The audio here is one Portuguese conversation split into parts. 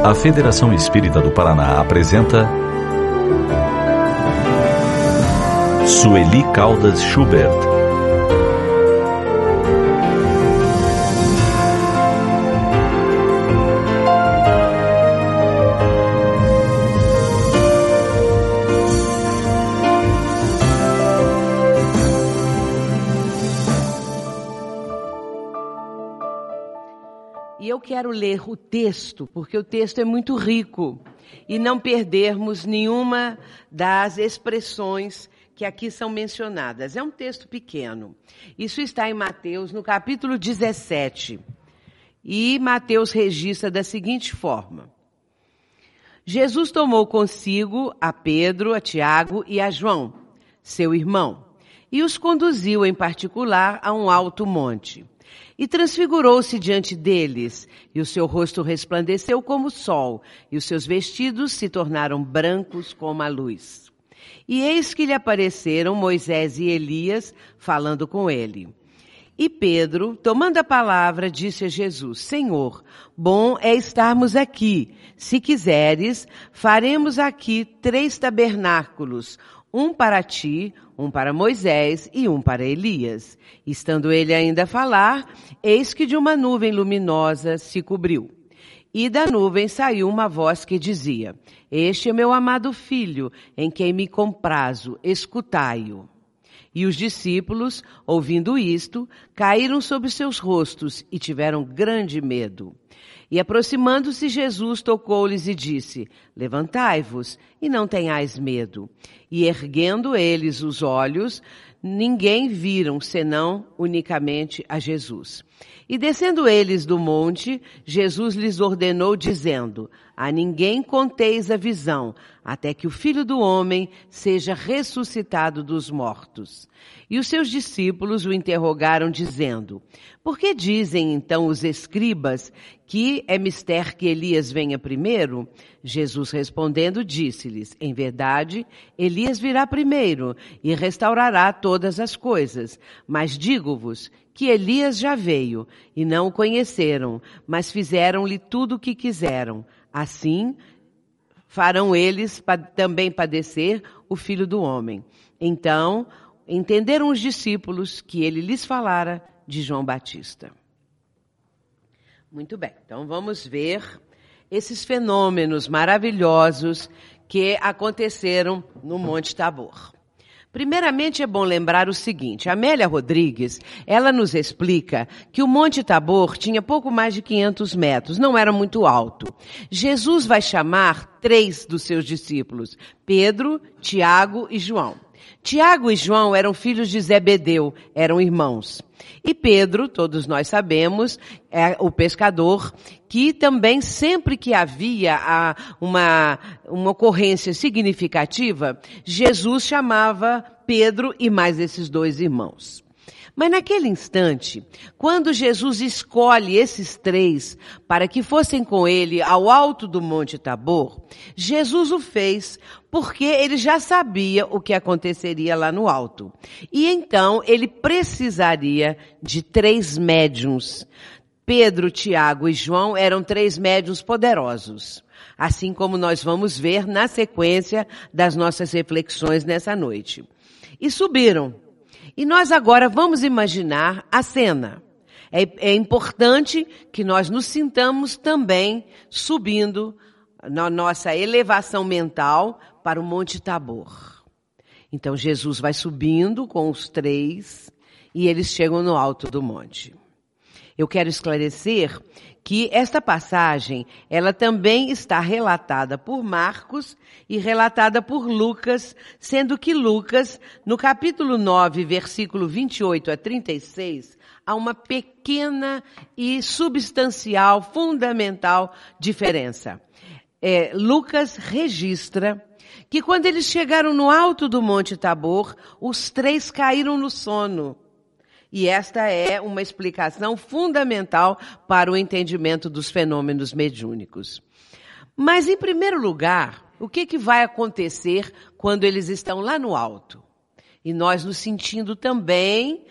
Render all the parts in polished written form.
A Federação Espírita do Paraná apresenta Sueli Caldas Schubert. E eu quero ler o texto, porque o texto é muito rico, e não perdermos nenhuma das expressões que aqui são mencionadas. É um texto pequeno. Isso está em Mateus, no capítulo 17. E Mateus registra da seguinte forma: Jesus tomou consigo a Pedro, a Tiago e a João, seu irmão, e os conduziu em particular a um alto monte. E transfigurou-se diante deles, e o seu rosto resplandeceu como o sol, e os seus vestidos se tornaram brancos como a luz. E eis que lhe apareceram Moisés e Elias, falando com ele. E Pedro, tomando a palavra, disse a Jesus: Senhor, bom é estarmos aqui. Se quiseres, faremos aqui 3 tabernáculos, um para ti, um para Moisés e um para Elias. Estando ele ainda a falar, eis que de uma nuvem luminosa se cobriu. E da nuvem saiu uma voz que dizia: Este é meu amado filho, em quem me comprazo, escutai-o. E os discípulos, ouvindo isto, caíram sobre seus rostos e tiveram grande medo. E aproximando-se Jesus, tocou-lhes e disse: Levantai-vos e não tenhais medo. E erguendo eles os olhos, ninguém viram, senão unicamente a Jesus. E descendo eles do monte, Jesus lhes ordenou, dizendo: A ninguém conteis a visão, até que o Filho do Homem seja ressuscitado dos mortos. E os seus discípulos o interrogaram, dizendo: Por que dizem então os escribas que é mister que Elias venha primeiro? Jesus respondendo disse-lhes: Em verdade, Elias virá primeiro e restaurará todas as coisas. Mas digo-vos que Elias já veio e não o conheceram, mas fizeram-lhe tudo o que quiseram. Assim farão eles também padecer o Filho do Homem. Então entenderam os discípulos que ele lhes falara de João Batista. Muito bem, então vamos ver esses fenômenos maravilhosos que aconteceram no Monte Tabor. Primeiramente é bom lembrar o seguinte: Amélia Rodrigues, ela nos explica que o Monte Tabor tinha pouco mais de 500 metros, não era muito alto. Jesus vai chamar 3 dos seus discípulos, Pedro, Tiago e João. Tiago e João eram filhos de Zebedeu, eram irmãos. E Pedro, todos nós sabemos, é o pescador, que também sempre que havia uma ocorrência significativa, Jesus chamava Pedro e mais esses 2 irmãos. Mas naquele instante, quando Jesus escolhe esses 3 para que fossem com ele ao alto do Monte Tabor, Jesus o fez porque ele já sabia o que aconteceria lá no alto. E então ele precisaria de 3 médiuns. Pedro, Tiago e João eram 3 médiuns poderosos, assim como nós vamos ver na sequência das nossas reflexões nessa noite. E subiram. E nós agora vamos imaginar a cena. É importante que nós nos sintamos também subindo na nossa elevação mental para o Monte Tabor. Então Jesus vai subindo com os 3 e eles chegam no alto do monte. Eu quero esclarecer que esta passagem, ela também está relatada por Marcos e relatada por Lucas, sendo que Lucas, no capítulo 9, versículo 28 a 36, há uma pequena e substancial, fundamental diferença. Lucas registra que quando eles chegaram no alto do Monte Tabor, os 3 caíram no sono. E esta é uma explicação fundamental para o entendimento dos fenômenos mediúnicos. Mas, em primeiro lugar, o que vai acontecer quando eles estão lá no alto? E nós nos sentindo também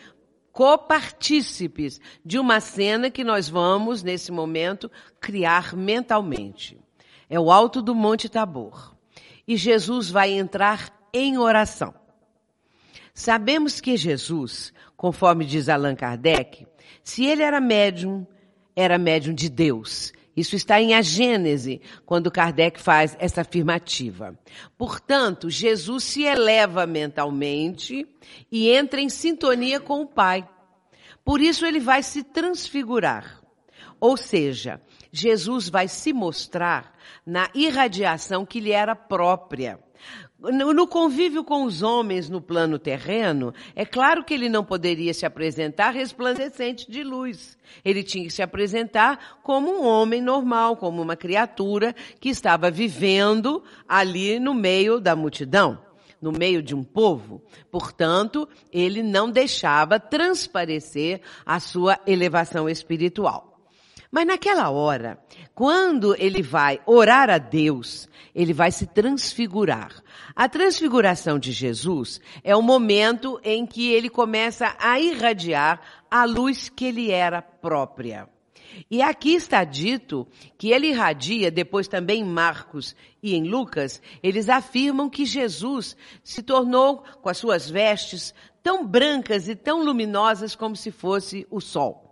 copartícipes de uma cena que nós vamos, nesse momento, criar mentalmente. É o alto do Monte Tabor. E Jesus vai entrar em oração. Sabemos que Jesus, conforme diz Allan Kardec, se ele era médium de Deus. Isso está em A Gênese, quando Kardec faz essa afirmativa. Portanto, Jesus se eleva mentalmente e entra em sintonia com o Pai. Por isso ele vai se transfigurar. Ou seja, Jesus vai se mostrar na irradiação que lhe era própria. No convívio com os homens no plano terreno, é claro que ele não poderia se apresentar resplandecente de luz. Ele tinha que se apresentar como um homem normal, como uma criatura que estava vivendo ali no meio da multidão, no meio de um povo. Portanto, ele não deixava transparecer a sua elevação espiritual. Mas naquela hora, quando ele vai orar a Deus, ele vai se transfigurar. A transfiguração de Jesus é o momento em que ele começa a irradiar a luz que ele era própria. E aqui está dito que ele irradia, depois também em Marcos e em Lucas, eles afirmam que Jesus se tornou, com as suas vestes, tão brancas e tão luminosas como se fosse o sol.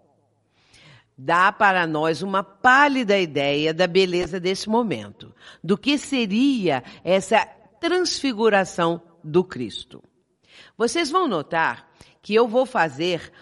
Dá para nós uma pálida ideia da beleza desse momento, do que seria essa transfiguração do Cristo. Vocês vão notar que eu vou fazer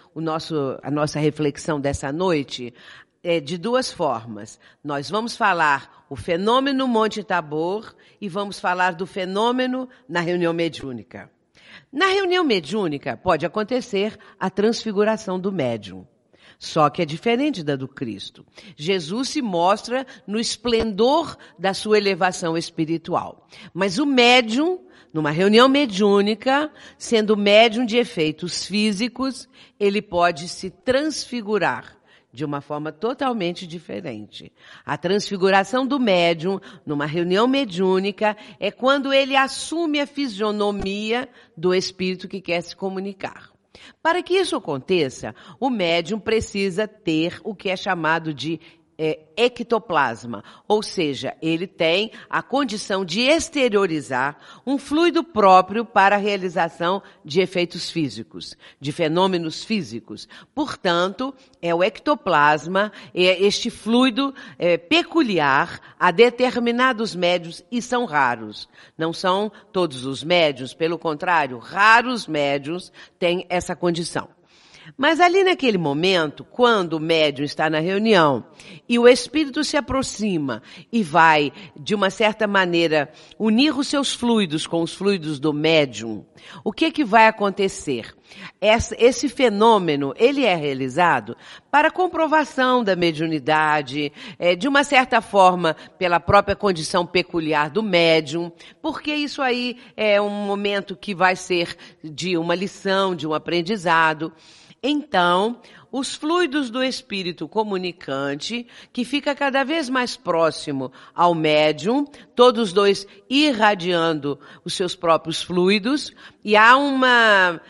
a nossa reflexão dessa noite de duas formas. Nós vamos falar o fenômeno Monte Tabor e vamos falar do fenômeno na reunião mediúnica. Na reunião mediúnica pode acontecer a transfiguração do médium. Só que é diferente da do Cristo. Jesus se mostra no esplendor da sua elevação espiritual. Mas o médium, numa reunião mediúnica, sendo médium de efeitos físicos, ele pode se transfigurar de uma forma totalmente diferente. A transfiguração do médium, numa reunião mediúnica, é quando ele assume a fisionomia do espírito que quer se comunicar. Para que isso aconteça, o médium precisa ter o que é chamado de ectoplasma, ou seja, ele tem a condição de exteriorizar um fluido próprio para a realização de efeitos físicos, de fenômenos físicos. Portanto, é o ectoplasma, é este fluido peculiar a determinados médiuns, e são raros. Não são todos os médiuns, pelo contrário, raros médiuns têm essa condição. Mas ali naquele momento, quando o médium está na reunião e o espírito se aproxima e vai, de uma certa maneira, unir os seus fluidos com os fluidos do médium, o que vai acontecer? Esse fenômeno, ele é realizado para comprovação da mediunidade, de uma certa forma, pela própria condição peculiar do médium, porque isso aí é um momento que vai ser de uma lição, de um aprendizado. Então, os fluidos do espírito comunicante, que fica cada vez mais próximo ao médium, todos dois irradiando os seus próprios fluidos, e há uma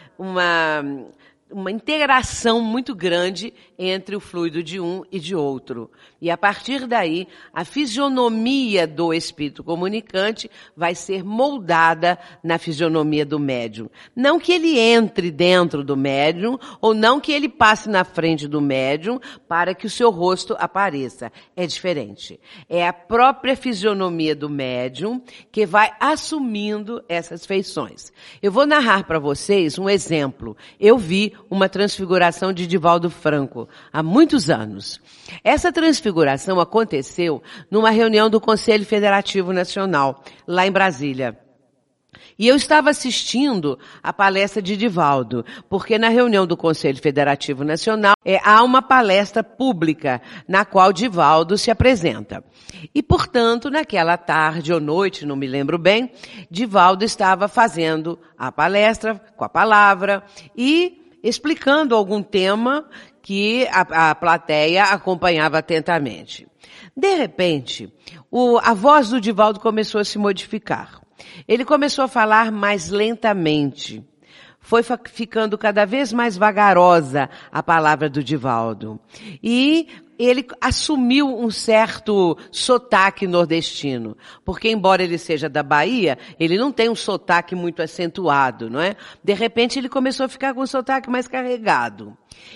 integração muito grande entre o fluido de um e de outro. E a partir daí, a fisionomia do espírito comunicante vai ser moldada na fisionomia do médium. Não que ele entre dentro do médium, ou não que ele passe na frente do médium para que o seu rosto apareça. É diferente. É a própria fisionomia do médium que vai assumindo essas feições. Eu vou narrar para vocês um exemplo. Eu vi uma transfiguração de Divaldo Franco há muitos anos. Essa transfiguração aconteceu numa reunião do Conselho Federativo Nacional, lá em Brasília. E eu estava assistindo a palestra de Divaldo, porque na reunião do Conselho Federativo Nacional há uma palestra pública na qual Divaldo se apresenta. E, portanto, naquela tarde ou noite, não me lembro bem, Divaldo estava fazendo a palestra com a palavra e explicando algum tema que a plateia acompanhava atentamente. De repente, a voz do Divaldo começou a se modificar. Ele começou a falar mais lentamente. Foi ficando cada vez mais vagarosa a palavra do Divaldo. E ele assumiu um certo sotaque nordestino, porque embora ele seja da Bahia, ele não tem um sotaque muito acentuado, não é? De repente ele começou a ficar com um sotaque mais carregado.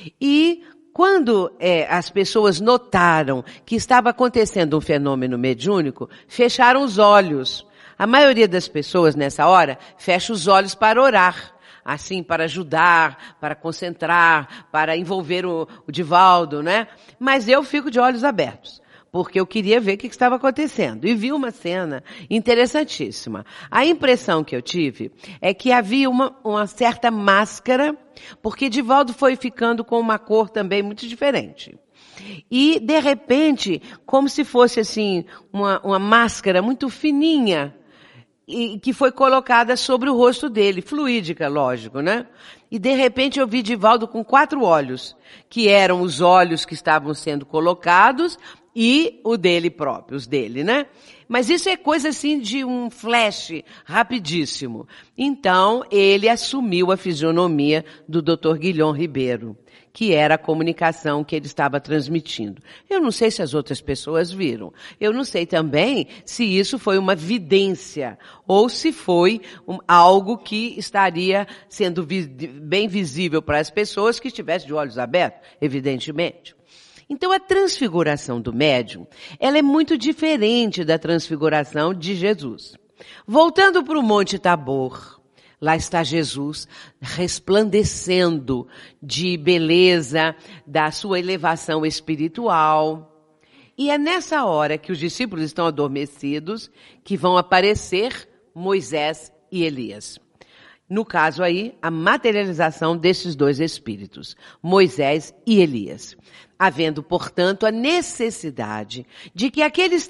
E quando as pessoas notaram que estava acontecendo um fenômeno mediúnico, fecharam os olhos. A maioria das pessoas nessa hora fecha os olhos para orar. Assim, para ajudar, para concentrar, para envolver o Divaldo, né? Mas eu fico de olhos abertos, porque eu queria ver o que estava acontecendo. E vi uma cena interessantíssima. A impressão que eu tive é que havia uma certa máscara, porque Divaldo foi ficando com uma cor também muito diferente. E, de repente, como se fosse assim, uma máscara muito fininha, e que foi colocada sobre o rosto dele, fluídica, lógico, né? E de repente eu vi Divaldo com 4 olhos, que eram os olhos que estavam sendo colocados e o dele próprio, os dele, né? Mas isso é coisa assim de um flash rapidíssimo. Então ele assumiu a fisionomia do Dr. Guilhom Ribeiro, que era a comunicação que ele estava transmitindo. Eu não sei se as outras pessoas viram. Eu não sei também se isso foi uma vidência ou se foi algo que estaria sendo bem visível para as pessoas que estivessem de olhos abertos, evidentemente. Então a transfiguração do médium, ela é muito diferente da transfiguração de Jesus. Voltando para o Monte Tabor, lá está Jesus resplandecendo de beleza, da sua elevação espiritual. E é nessa hora que os discípulos estão adormecidos que vão aparecer Moisés e Elias. No caso aí, a materialização desses 2 espíritos, Moisés e Elias. Havendo, portanto, a necessidade de que daqueles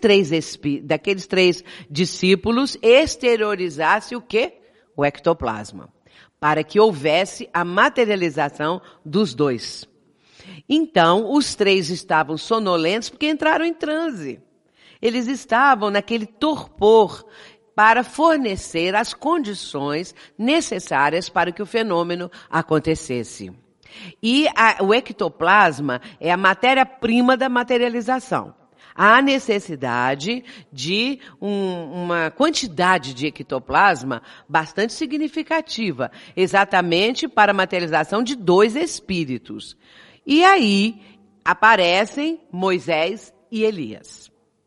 3 discípulos exteriorizasse o quê? O ectoplasma, para que houvesse a materialização dos 2. Então, os 3 estavam sonolentos porque entraram em transe. Eles estavam naquele torpor para fornecer as condições necessárias para que o fenômeno acontecesse. E o ectoplasma é a matéria-prima da materialização. Há necessidade de uma quantidade de ectoplasma bastante significativa, exatamente para a materialização de 2 espíritos. E aí aparecem Moisés e Elias.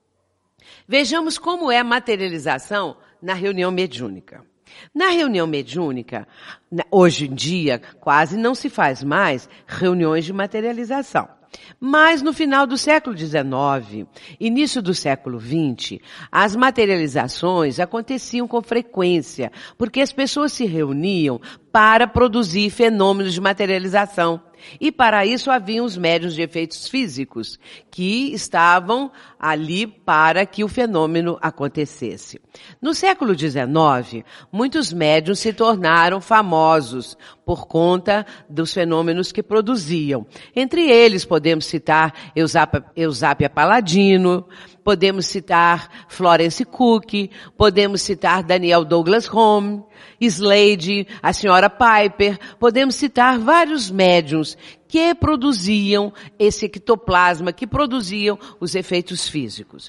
Vejamos como é a materialização na reunião mediúnica. Na reunião mediúnica, hoje em dia, quase não se faz mais reuniões de materialização. Mas no final do século XIX, início do século XX, as materializações aconteciam com frequência, porque as pessoas se reuniam para produzir fenômenos de materialização. E para isso haviam os médiuns de efeitos físicos, que estavam ali para que o fenômeno acontecesse. No século XIX, muitos médiuns se tornaram famosos por conta dos fenômenos que produziam. Entre eles podemos citar Eusápia Paladino, podemos citar Florence Cook, podemos citar Daniel Douglas Home, Slade, a senhora Piper, podemos citar vários médiuns que produziam esse ectoplasma, que produziam os efeitos físicos.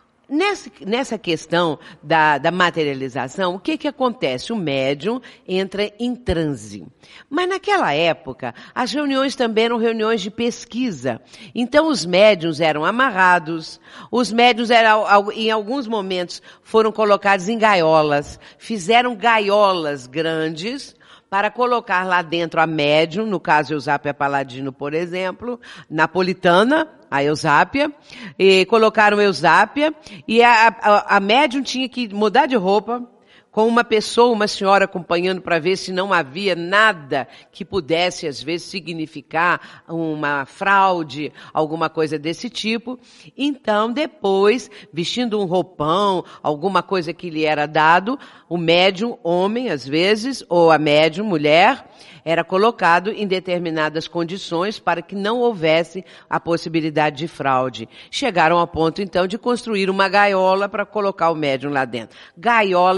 Nessa questão da materialização, o que acontece? O médium entra em transe. Mas naquela época, as reuniões também eram reuniões de pesquisa. Então os médiuns eram amarrados, os médiuns em alguns momentos foram colocados em gaiolas, fizeram gaiolas grandes para colocar lá dentro a médium, no caso Eusápia Paladino, por exemplo, napolitana, a Eusápia, e colocaram Eusápia, e a médium tinha que mudar de roupa, com uma pessoa, uma senhora acompanhando para ver se não havia nada que pudesse, às vezes, significar uma fraude, alguma coisa desse tipo. Então, depois, vestindo um roupão, alguma coisa que lhe era dado, o médium, homem, às vezes, ou a médium, mulher, era colocado em determinadas condições para que não houvesse a possibilidade de fraude. Chegaram ao ponto, então, de construir uma gaiola para colocar o médium lá dentro. Gaiola fechada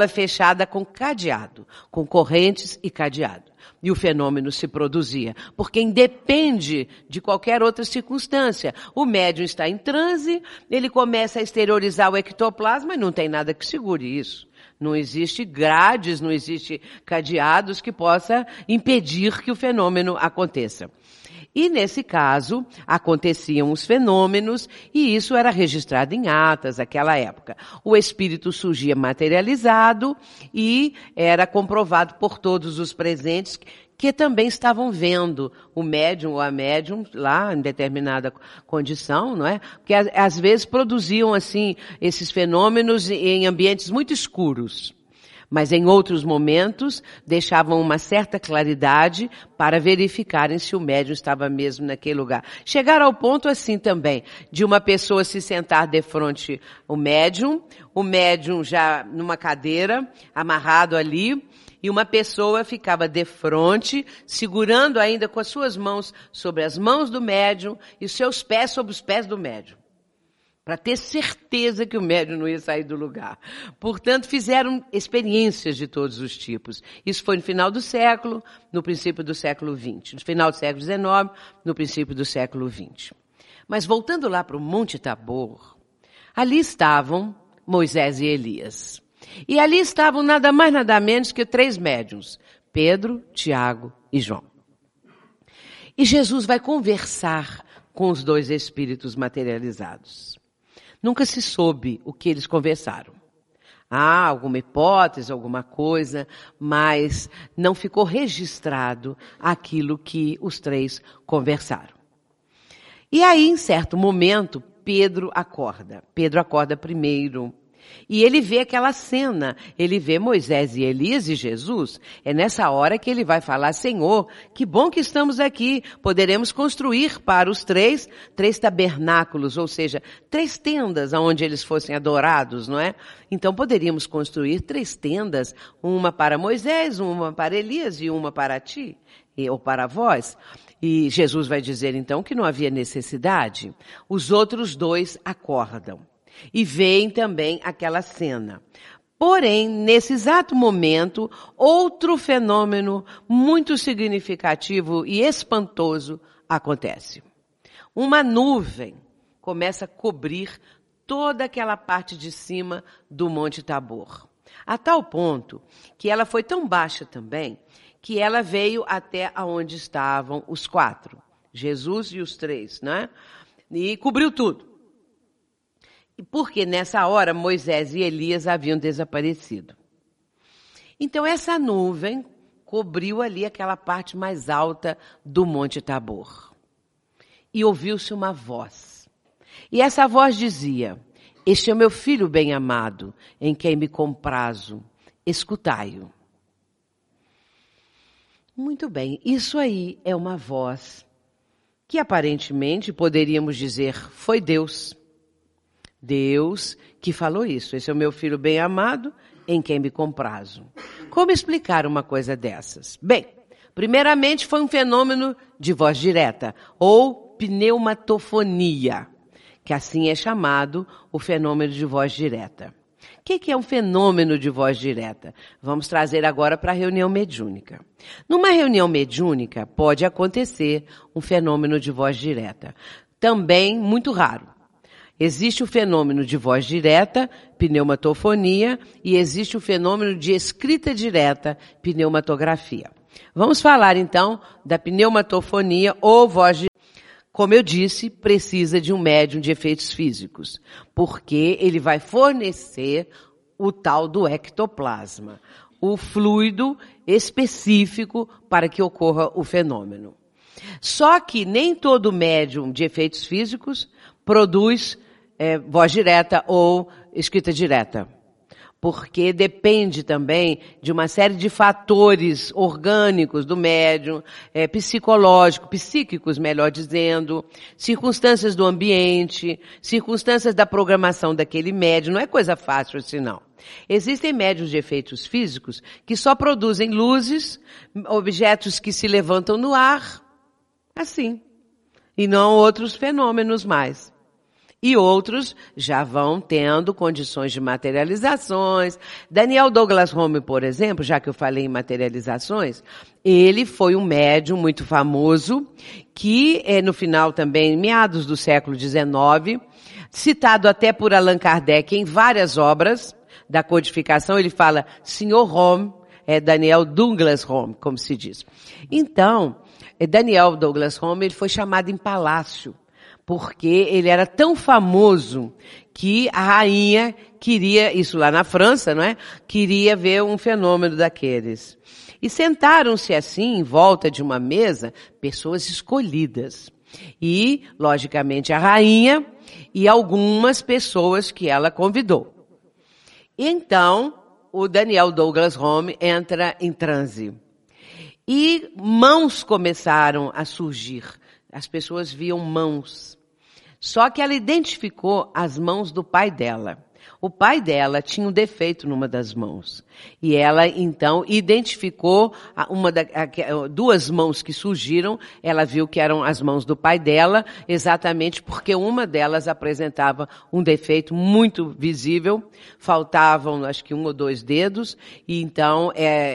fechada com cadeado, com correntes e cadeado. E o fenômeno se produzia, porque independe de qualquer outra circunstância. O médium está em transe, ele começa a exteriorizar o ectoplasma e não tem nada que segure isso. Não existe grades, não existe cadeados que possa impedir que o fenômeno aconteça. E nesse caso, aconteciam os fenômenos e isso era registrado em atas naquela época. O espírito surgia materializado e era comprovado por todos os presentes que também estavam vendo o médium ou a médium lá em determinada condição, não é? Porque às vezes produziam assim esses fenômenos em ambientes muito escuros. Mas em outros momentos deixavam uma certa claridade para verificarem se o médium estava mesmo naquele lugar. Chegaram ao ponto assim também, de uma pessoa se sentar de frente o médium já numa cadeira, amarrado ali, e uma pessoa ficava de frente, segurando ainda com as suas mãos sobre as mãos do médium e os seus pés sobre os pés do médium. Para ter certeza que o médium não ia sair do lugar. Portanto, fizeram experiências de todos os tipos. Isso foi no final do século, no princípio do século XX. No final do século XIX, no princípio do século XX. Mas voltando lá para o Monte Tabor, ali estavam Moisés e Elias. E ali estavam nada mais nada menos que 3 médiuns, Pedro, Tiago e João. E Jesus vai conversar com os 2 espíritos materializados. Nunca se soube o que eles conversaram. Há alguma hipótese, alguma coisa, mas não ficou registrado aquilo que os 3 conversaram. E aí, em certo momento, Pedro acorda. Pedro acorda primeiro. E ele vê aquela cena, ele vê Moisés e Elias e Jesus. É nessa hora que ele vai falar, Senhor, que bom que estamos aqui, poderemos construir para os 3 tabernáculos, ou seja, 3 tendas onde eles fossem adorados, não é? Então poderíamos construir 3 tendas, uma para Moisés, uma para Elias e uma para ti, ou para vós. E Jesus vai dizer então que não havia necessidade. Os outros 2 acordam. E veem também aquela cena. Porém, nesse exato momento, outro fenômeno muito significativo e espantoso acontece. Uma nuvem começa a cobrir toda aquela parte de cima do Monte Tabor. A tal ponto que ela foi tão baixa também, que ela veio até aonde estavam os 4. Jesus e os 3, né? E cobriu tudo. Porque nessa hora Moisés e Elias haviam desaparecido. Então essa nuvem cobriu ali aquela parte mais alta do Monte Tabor. E ouviu-se uma voz. E essa voz dizia, este é o meu filho bem-amado, em quem me comprazo, escutai-o. Muito bem, isso aí é uma voz que aparentemente poderíamos dizer foi Deus. Deus que falou isso. Esse é o meu filho bem-amado, em quem me comprazo. Como explicar uma coisa dessas? Bem, primeiramente foi um fenômeno de voz direta, ou pneumatofonia, que assim é chamado o fenômeno de voz direta. O que é um fenômeno de voz direta? Vamos trazer agora para a reunião mediúnica. Numa reunião mediúnica pode acontecer um fenômeno de voz direta. Também muito raro. Existe o fenômeno de voz direta, pneumatofonia, e existe o fenômeno de escrita direta, pneumatografia. Vamos falar então da pneumatofonia ou voz direta. Como eu disse, precisa de um médium de efeitos físicos, porque ele vai fornecer o tal do ectoplasma, o fluido específico para que ocorra o fenômeno. Só que nem todo médium de efeitos físicos produz voz direta ou escrita direta. Porque depende também de uma série de fatores orgânicos do médium, psíquicos, melhor dizendo, circunstâncias do ambiente, circunstâncias da programação daquele médium. Não é coisa fácil assim, não. Existem médiuns de efeitos físicos que só produzem luzes, objetos que se levantam no ar, assim, e não outros fenômenos mais. E outros já vão tendo condições de materializações. Daniel Douglas Home, por exemplo, já que eu falei em materializações, ele foi um médium muito famoso, que no final também, meados do século XIX, citado até por Allan Kardec em várias obras da codificação, ele fala Senhor Home, Daniel Douglas Home, como se diz. Então, Daniel Douglas Home, ele foi chamado em palácio, porque ele era tão famoso que a rainha queria, isso lá na França, não é? Queria ver um fenômeno daqueles. E sentaram-se assim, em volta de uma mesa, pessoas escolhidas. E, logicamente, a rainha e algumas pessoas que ela convidou. Então, o Daniel Douglas Home entra em transe. E mãos começaram a surgir. As pessoas viam mãos. Só que ela identificou as mãos do pai dela. O pai dela tinha um defeito numa das mãos. E ela, então, identificou duas mãos que surgiram. Ela viu que eram as mãos do pai dela, exatamente porque uma delas apresentava um defeito muito visível. Faltavam, acho que 1 ou 2 dedos. E então,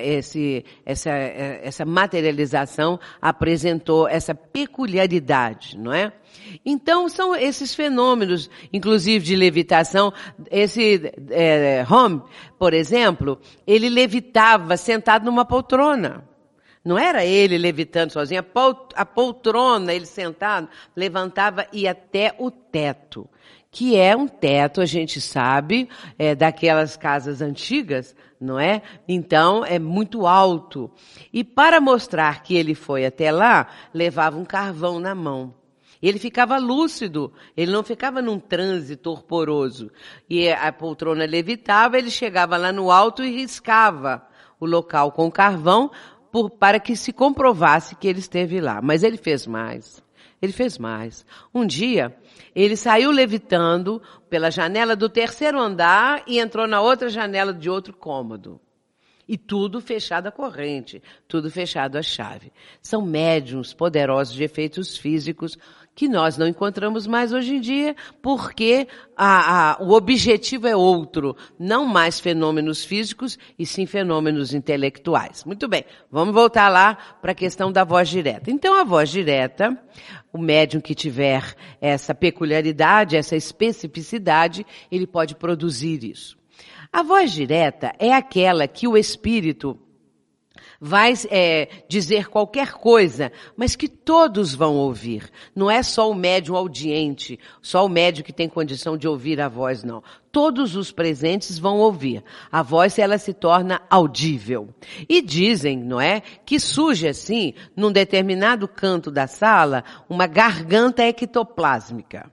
essa materialização apresentou essa peculiaridade, não é? Então, são esses fenômenos, inclusive de levitação. Esse Home, por exemplo, ele levitava sentado numa poltrona. Não era ele levitando sozinho, a poltrona, ele sentado, levantava e ia até o teto. Que é um teto, a gente sabe, daquelas casas antigas, não é? Então, é muito alto. E para mostrar que ele foi até lá, levava um carvão na mão. Ele ficava lúcido, ele não ficava num transe torporoso. E a poltrona levitava, ele chegava lá no alto e riscava o local com carvão para que se comprovasse que ele esteve lá. Mas ele fez mais. Ele fez mais. Um dia, ele saiu levitando pela janela do 3º andar e entrou na outra janela de outro cômodo. E tudo fechado a corrente, tudo fechado a chave. São médiuns poderosos de efeitos físicos que nós não encontramos mais hoje em dia, porque o objetivo é outro, não mais fenômenos físicos, e sim fenômenos intelectuais. Muito bem, vamos voltar lá para a questão da voz direta. Então, a voz direta, o médium que tiver essa peculiaridade, essa especificidade, ele pode produzir isso. A voz direta é aquela que o espírito vai dizer qualquer coisa, mas que todos vão ouvir. Não é só o médium audiente, só o médium que tem condição de ouvir a voz, não. Todos os presentes vão ouvir. A voz, ela se torna audível. E dizem, não é, que surge assim, num determinado canto da sala, uma garganta ectoplásmica.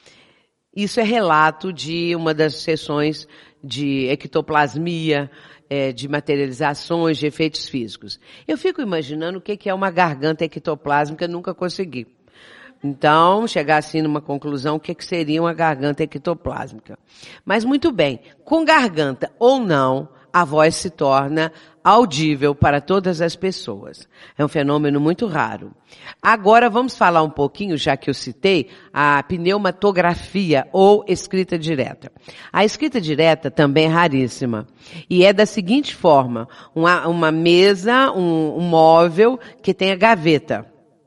Isso é relato de uma das sessões de ectoplasmia, de materializações, de efeitos físicos. Eu fico imaginando o que é uma garganta ectoplásmica, nunca consegui. Então, chegar assim numa conclusão, o que seria uma garganta ectoplásmica. Mas muito bem, com garganta ou não, a voz se torna audível para todas as pessoas. É um fenômeno muito raro. Agora vamos falar um pouquinho, já que eu citei, a pneumatografia ou escrita direta. A escrita direta também é raríssima. E é da seguinte forma, uma mesa, um móvel que tem a gaveta.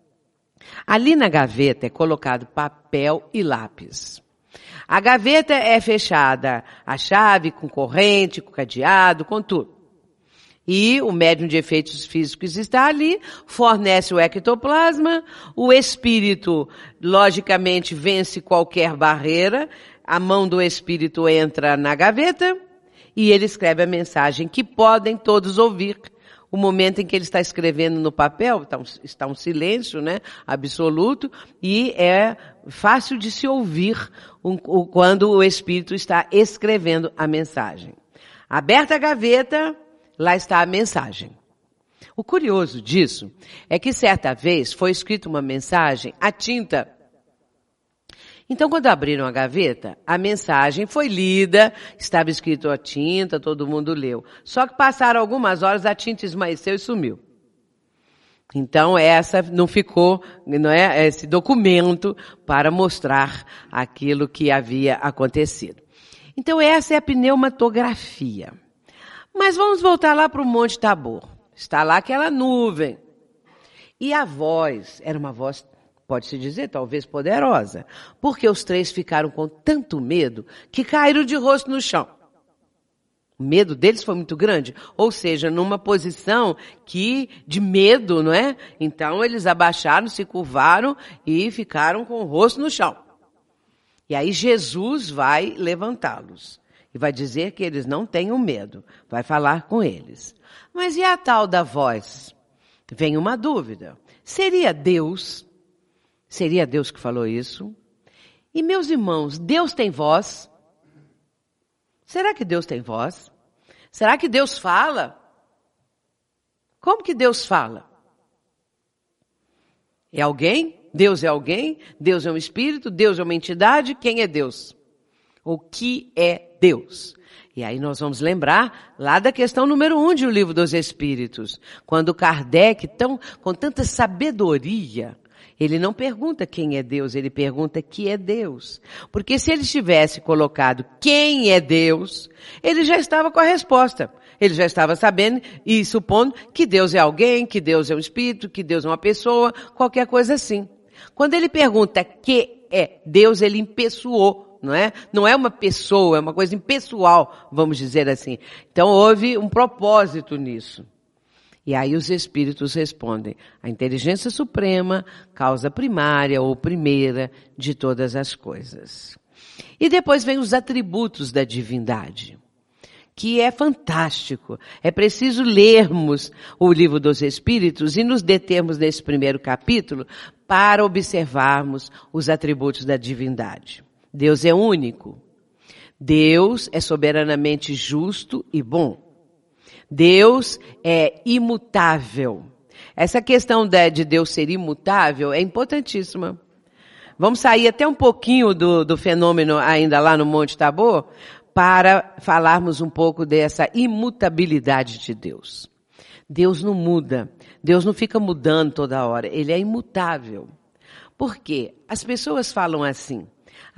Ali na gaveta é colocado papel e lápis. A gaveta é fechada, a chave, com corrente, com cadeado, com tudo. E o médium de efeitos físicos está ali, fornece o ectoplasma, o espírito, logicamente, vence qualquer barreira, a mão do espírito entra na gaveta e ele escreve a mensagem que podem todos ouvir. O momento em que ele está escrevendo no papel, está um silêncio, né, absoluto, e é fácil de se ouvir quando o espírito está escrevendo a mensagem. Aberta a gaveta, lá está a mensagem. O curioso disso é que certa vez foi escrita uma mensagem à tinta. Então, quando abriram a gaveta, a mensagem foi lida, estava escrito à tinta, todo mundo leu. Só que passaram algumas horas, a tinta esmaeceu e sumiu. Então essa não ficou, não é, esse documento para mostrar aquilo que havia acontecido. Então essa é a pneumatografia. Mas vamos voltar lá para o Monte Tabor. Está lá aquela nuvem. E a voz, era uma voz, pode-se dizer, talvez poderosa, porque os 3 ficaram com tanto medo que caíram de rosto no chão. O medo deles foi muito grande, ou seja, numa posição de medo, não é? Então eles abaixaram, se curvaram e ficaram com o rosto no chão. E aí Jesus vai levantá-los e vai dizer que eles não tenham medo, vai falar com eles. Mas e a tal da voz? Vem uma dúvida. Seria Deus? Seria Deus que falou isso? E meus irmãos, Deus tem voz? Será que Deus tem voz? Será que Deus fala? Como que Deus fala? É alguém? Deus é alguém? Deus é um espírito? Deus é uma entidade? Quem é Deus? O que é Deus? E aí nós vamos lembrar lá da questão número 1 de O Livro dos Espíritos. Quando Kardec, com tanta sabedoria, ele não pergunta quem é Deus, ele pergunta que é Deus. Porque se ele tivesse colocado quem é Deus, ele já estava com a resposta. Ele já estava sabendo e supondo que Deus é alguém, que Deus é um espírito, que Deus é uma pessoa, qualquer coisa assim. Quando ele pergunta que é Deus, ele impessoou. Não é uma pessoa, é uma coisa impessoal, vamos dizer assim. Então houve um propósito nisso. E aí os espíritos respondem, a inteligência suprema, causa primária ou primeira de todas as coisas. E depois vem os atributos da divindade, que é fantástico. É preciso lermos o Livro dos Espíritos e nos determos nesse primeiro capítulo para observarmos os atributos da divindade. Deus é único. Deus é soberanamente justo e bom. Deus é imutável. Essa questão de Deus ser imutável é importantíssima. Vamos sair até um pouquinho do fenômeno ainda lá no Monte Tabor para falarmos um pouco dessa imutabilidade de Deus. Deus não muda. Deus não fica mudando toda hora. Ele é imutável. Por quê? As pessoas falam assim.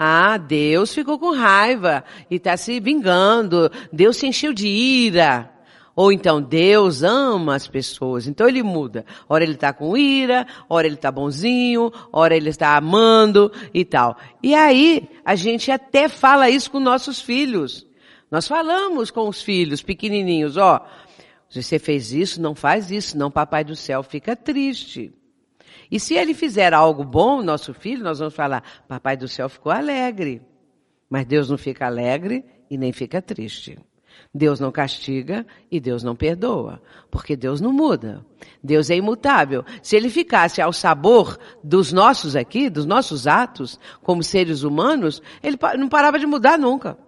Deus ficou com raiva e está se vingando. Deus se encheu de ira. Ou então, Deus ama as pessoas, então ele muda. Ora ele está com ira, ora ele está bonzinho, ora ele está amando e tal. E aí, a gente até fala isso com nossos filhos. Nós falamos com os filhos pequenininhos, se você fez isso, não faz isso, senão o Papai do Céu fica triste. E se ele fizer algo bom, nosso filho, nós vamos falar, Papai do Céu ficou alegre. Mas Deus não fica alegre e nem fica triste. Deus não castiga e Deus não perdoa, porque Deus não muda. Deus é imutável. Se ele ficasse ao sabor dos nossos atos, como seres humanos, ele não parava de mudar nunca.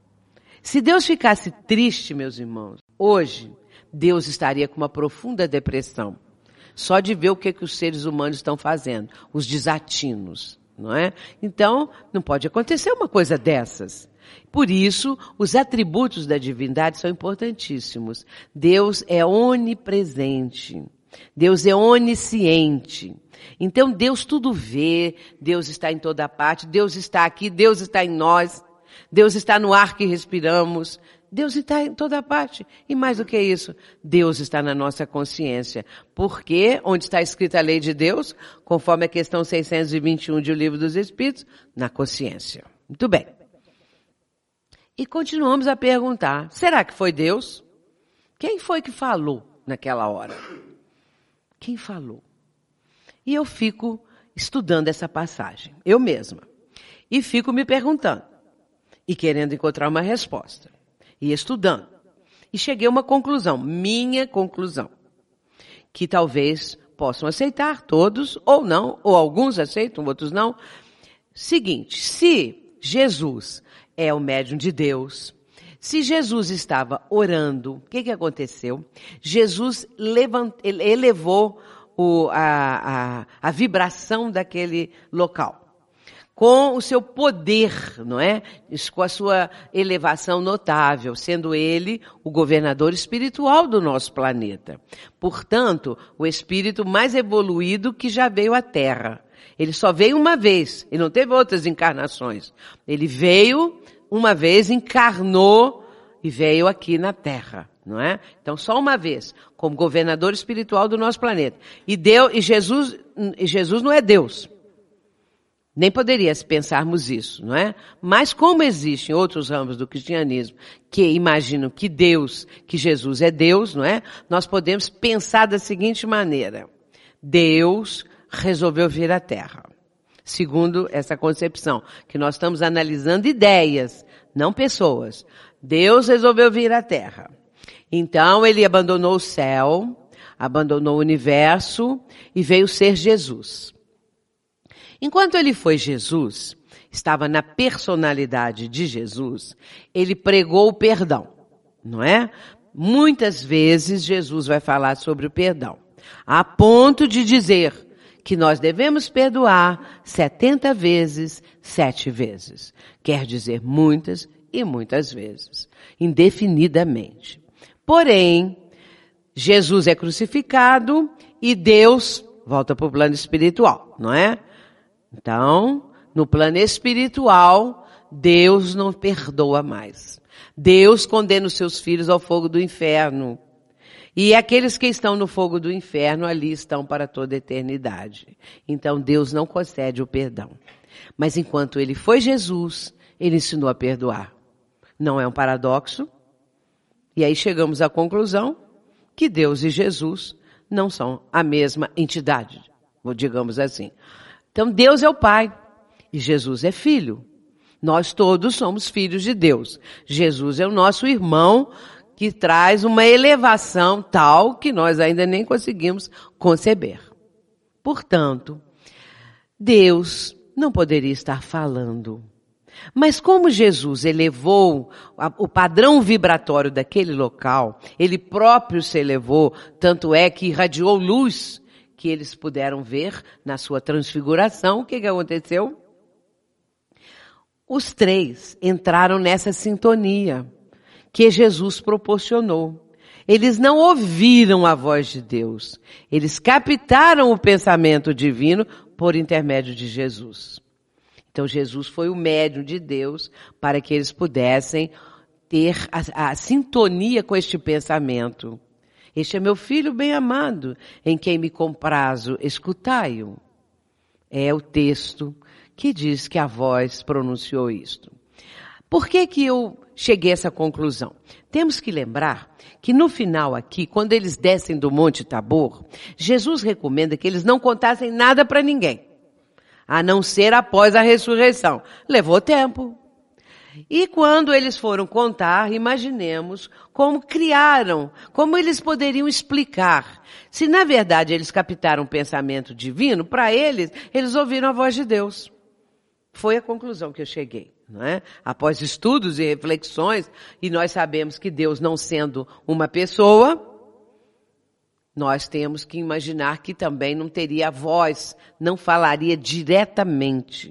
Se Deus ficasse triste, meus irmãos, hoje, Deus estaria com uma profunda depressão. Só de ver o que os seres humanos estão fazendo, os desatinos, não é? Então, não pode acontecer uma coisa dessas. Por isso, os atributos da divindade são importantíssimos. Deus é onipresente. Deus é onisciente. Então, Deus tudo vê. Deus está em toda parte. Deus está aqui. Deus está em nós. Deus está no ar que respiramos. Deus está em toda parte. E mais do que isso, Deus está na nossa consciência. Porque, onde está escrita a lei de Deus, conforme a questão 621 de O Livro dos Espíritos, na consciência. Muito bem. E continuamos a perguntar, será que foi Deus? Quem foi que falou naquela hora? Quem falou? E eu fico estudando essa passagem, eu mesma. E fico me perguntando. E querendo encontrar uma resposta. E estudando. E cheguei a uma conclusão, minha conclusão. Que talvez possam aceitar todos ou não, ou alguns aceitam, outros não. Seguinte, se Jesus é o médium de Deus. Se Jesus estava orando, o que aconteceu? Jesus elevou a vibração daquele local. com o seu poder, não é? Com a sua elevação notável, sendo ele o governador espiritual do nosso planeta. Portanto, o espírito mais evoluído que já veio à Terra. Ele só veio uma vez, e não teve outras encarnações. Ele veio uma vez, encarnou e veio aqui na Terra, não é? Então, só uma vez, como governador espiritual do nosso planeta. E Jesus não é Deus. Nem poderia pensarmos isso, não é? Mas como existem outros ramos do cristianismo que imaginam que Jesus é Deus, não é? Nós podemos pensar da seguinte maneira. Deus resolveu vir à Terra. Segundo essa concepção, que nós estamos analisando ideias, não pessoas. Deus resolveu vir à Terra. Então ele abandonou o céu, abandonou o universo e veio ser Jesus. Enquanto ele foi Jesus, estava na personalidade de Jesus, ele pregou o perdão, não é? Muitas vezes Jesus vai falar sobre o perdão, a ponto de dizer que nós devemos perdoar 70 vezes, 7 vezes. Quer dizer muitas e muitas vezes, indefinidamente. Porém, Jesus é crucificado e Deus volta para o plano espiritual, não é? Então, no plano espiritual, Deus não perdoa mais. Deus condena os seus filhos ao fogo do inferno. E aqueles que estão no fogo do inferno ali estão para toda a eternidade. Então, Deus não concede o perdão. Mas enquanto ele foi Jesus, ele ensinou a perdoar. Não é um paradoxo? E aí chegamos à conclusão que Deus e Jesus não são a mesma entidade, digamos assim. Então Deus é o Pai e Jesus é Filho. Nós todos somos filhos de Deus. Jesus é o nosso irmão que traz uma elevação tal que nós ainda nem conseguimos conceber. Portanto, Deus não poderia estar falando. Mas como Jesus elevou o padrão vibratório daquele local, ele próprio se elevou, tanto é que irradiou luz que eles puderam ver na sua transfiguração. O que aconteceu? Os 3 entraram nessa sintonia que Jesus proporcionou. Eles não ouviram a voz de Deus. Eles captaram o pensamento divino por intermédio de Jesus. Então Jesus foi o médium de Deus para que eles pudessem ter a sintonia com este pensamento. Este é meu filho bem-amado, em quem me comprazo, escutai-o. É o texto que diz que a voz pronunciou isto. Por que eu cheguei a essa conclusão? Temos que lembrar que no final aqui, quando eles descem do Monte Tabor, Jesus recomenda que eles não contassem nada para ninguém, a não ser após a ressurreição. Levou tempo. E quando eles foram contar, imaginemos como criaram, como eles poderiam explicar. Se na verdade eles captaram o pensamento divino, para eles ouviram a voz de Deus. Foi a conclusão que eu cheguei, não é? Após estudos e reflexões, e nós sabemos que Deus não sendo uma pessoa, nós temos que imaginar que também não teria voz, não falaria diretamente.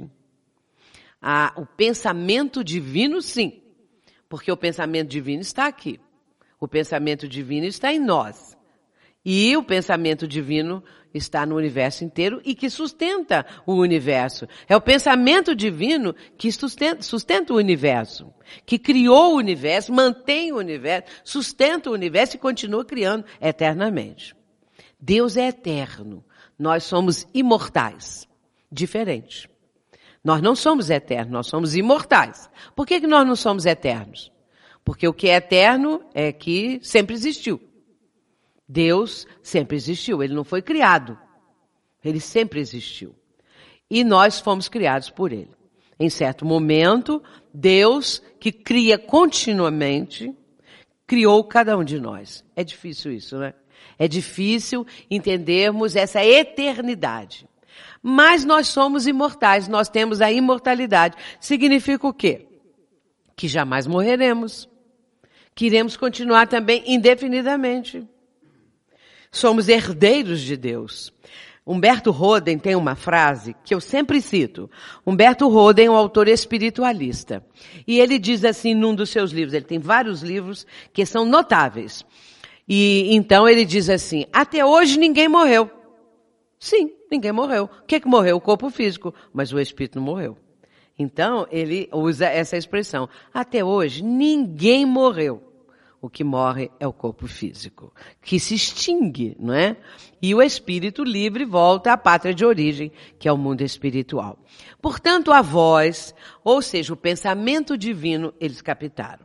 O pensamento divino, sim, porque o pensamento divino está aqui. O pensamento divino está em nós. E o pensamento divino está no universo inteiro e que sustenta o universo. É o pensamento divino que sustenta o universo, que criou o universo, mantém o universo, sustenta o universo e continua criando eternamente. Deus é eterno. Nós somos imortais. Diferente. Nós não somos eternos, nós somos imortais. Por que nós não somos eternos? Porque o que é eterno é que sempre existiu. Deus sempre existiu, ele não foi criado. Ele sempre existiu. E nós fomos criados por ele. Em certo momento, Deus, que cria continuamente, criou cada um de nós. É difícil isso, né? É difícil entendermos essa eternidade. Mas nós somos imortais, nós temos a imortalidade. Significa o quê? Que jamais morreremos. Que iremos continuar também indefinidamente. Somos herdeiros de Deus. Humberto Roden tem uma frase que eu sempre cito. Humberto Roden é um autor espiritualista. E ele diz assim num dos seus livros, ele tem vários livros que são notáveis. E então ele diz assim, até hoje ninguém morreu. Sim, ninguém morreu. O que morreu? O corpo físico, mas o espírito não morreu. Então ele usa essa expressão, até hoje ninguém morreu. O que morre é o corpo físico, que se extingue, não é? E o espírito livre volta à pátria de origem, que é o mundo espiritual. Portanto, a voz, ou seja, o pensamento divino, eles captaram.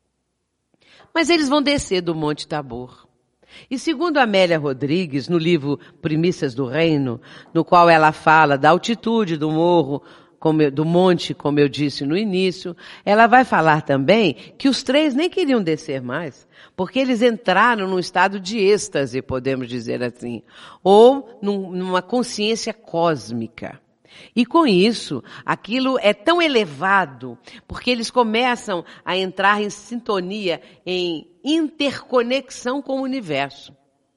Mas eles vão descer do Monte Tabor. E segundo Amélia Rodrigues, no livro Primícias do Reino, no qual ela fala da altitude do morro, do monte, como eu disse no início, ela vai falar também que os três nem queriam descer mais, porque eles entraram num estado de êxtase, podemos dizer assim, ou numa consciência cósmica. E com isso, aquilo é tão elevado, porque eles começam a entrar em sintonia, em interconexão com o universo.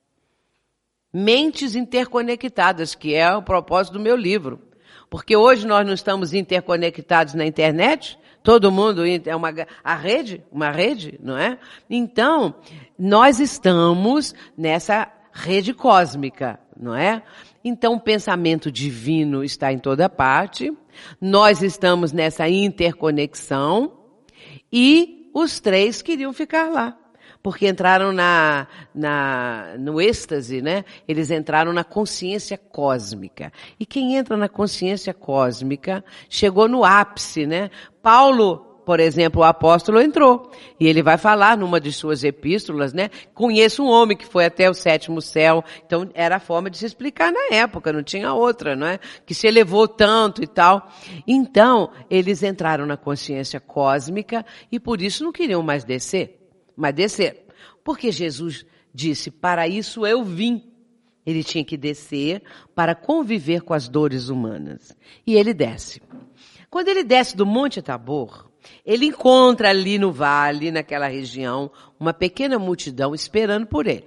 Mentes interconectadas, que é o propósito do meu livro. Porque hoje nós não estamos interconectados na internet, todo mundo é uma rede, não é? Então, nós estamos nessa rede cósmica, não é? Então, o pensamento divino está em toda parte, nós estamos nessa interconexão e os três queriam ficar lá. Porque entraram no êxtase, né? Eles entraram na consciência cósmica. E quem entra na consciência cósmica chegou no ápice, né? Paulo, por exemplo, o apóstolo entrou. E ele vai falar numa de suas epístolas, né? Conheço um homem que foi até o 7º céu. Então, era a forma de se explicar na época, não tinha outra, não é? Que se elevou tanto e tal. Então, eles entraram na consciência cósmica e por isso não queriam mais descer. Mas descer. Porque Jesus disse, para isso eu vim. Ele tinha que descer para conviver com as dores humanas. E ele desce. Quando ele desce do Monte Tabor, ele encontra ali no vale, naquela região, uma pequena multidão esperando por ele.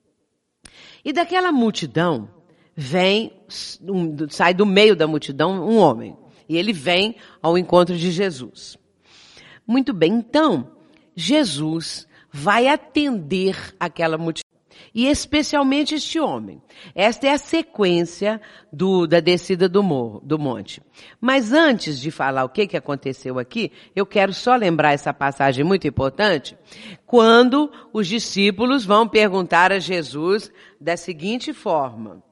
E daquela multidão sai do meio da multidão um homem. E ele vem ao encontro de Jesus. Muito bem, então, Jesus vai atender aquela multidão. E especialmente este homem. Esta é a sequência da descida do monte. Mas antes de falar o que aconteceu aqui, eu quero só lembrar essa passagem muito importante, quando os discípulos vão perguntar a Jesus da seguinte forma.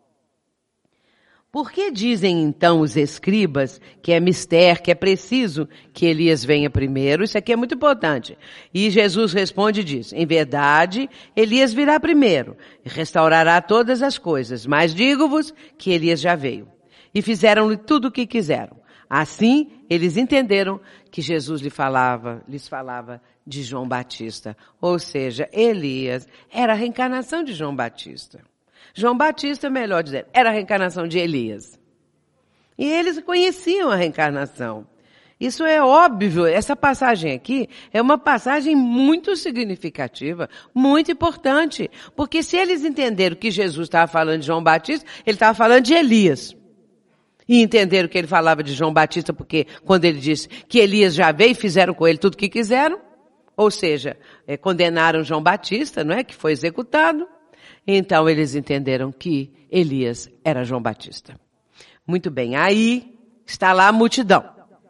Por que dizem então os escribas que é mister, que é preciso que Elias venha primeiro? Isso aqui é muito importante. E Jesus responde e diz, em verdade, Elias virá primeiro e restaurará todas as coisas, mas digo-vos que Elias já veio. E fizeram-lhe tudo o que quiseram. Assim, eles entenderam que Jesus lhes falava de João Batista. Ou seja, Elias era a reencarnação de João Batista. João Batista, melhor dizer, era a reencarnação de Elias. E eles conheciam a reencarnação. Isso é óbvio, essa passagem aqui é uma passagem muito significativa, muito importante. Porque se eles entenderam que Jesus estava falando de João Batista, ele estava falando de Elias. E entenderam que ele falava de João Batista, porque quando ele disse que Elias já veio, fizeram com ele tudo o que quiseram. Ou seja, condenaram João Batista, não é? Que foi executado. Então, eles entenderam que Elias era João Batista. Muito bem, aí está lá a multidão.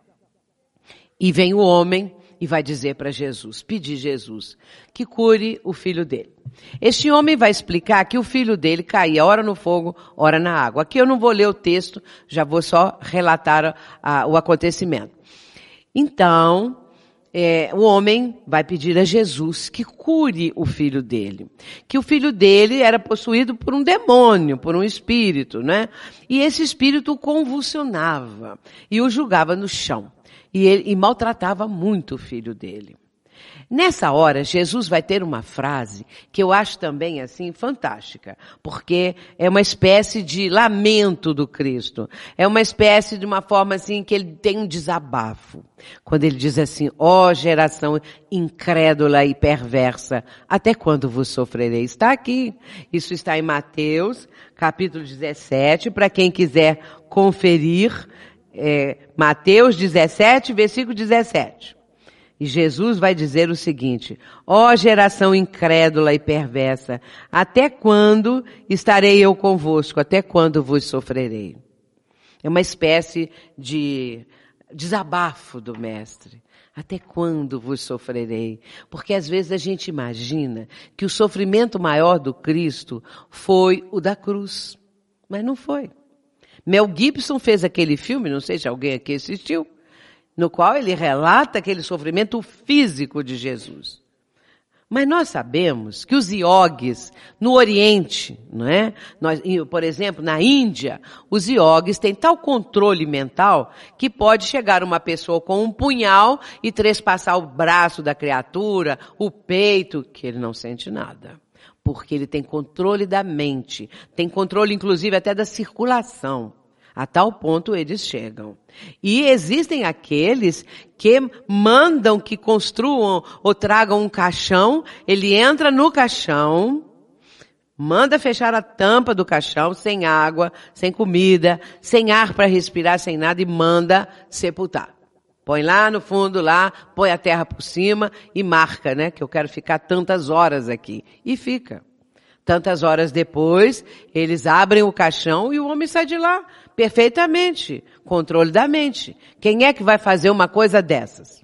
E vem o homem e vai dizer para Jesus, pedir Jesus, que cure o filho dele. Este homem vai explicar que o filho dele caía ora no fogo, ora na água. Aqui eu não vou ler o texto, já vou só relatar o acontecimento. Então, o homem vai pedir a Jesus que cure o filho dele. Que o filho dele era possuído por um demônio, por um espírito, né? E esse espírito o convulsionava e o jogava no chão. E maltratava muito o filho dele. Nessa hora, Jesus vai ter uma frase que eu acho também, assim, fantástica, porque é uma espécie de lamento do Cristo. É uma espécie de uma forma, assim, que ele tem um desabafo. Quando ele diz assim, ó geração incrédula e perversa, até quando vos sofrerei? Está aqui. Isso está em Mateus, capítulo 17, para quem quiser conferir, Mateus 17, versículo 17. E Jesus vai dizer o seguinte, ó geração incrédula e perversa, até quando estarei eu convosco? Até quando vos sofrerei? É uma espécie de desabafo do Mestre. Até quando vos sofrerei? Porque às vezes a gente imagina que o sofrimento maior do Cristo foi o da cruz. Mas não foi. Mel Gibson fez aquele filme, não sei se alguém aqui assistiu, no qual ele relata aquele sofrimento físico de Jesus. Mas nós sabemos que os iogues no Oriente, não é? Por exemplo, na Índia, os iogues têm tal controle mental que pode chegar uma pessoa com um punhal e trespassar o braço da criatura, o peito, que ele não sente nada. Porque ele tem controle da mente, tem controle inclusive até da circulação. A tal ponto eles chegam. E existem aqueles que mandam que construam ou tragam um caixão, ele entra no caixão, manda fechar a tampa do caixão, sem água, sem comida, sem ar para respirar, sem nada, e manda sepultar. Põe lá no fundo, lá, põe a terra por cima e marca, né, que eu quero ficar tantas horas aqui. E fica. Tantas horas depois, eles abrem o caixão e o homem sai de lá. Perfeitamente. Controle da mente. Quem é que vai fazer uma coisa dessas?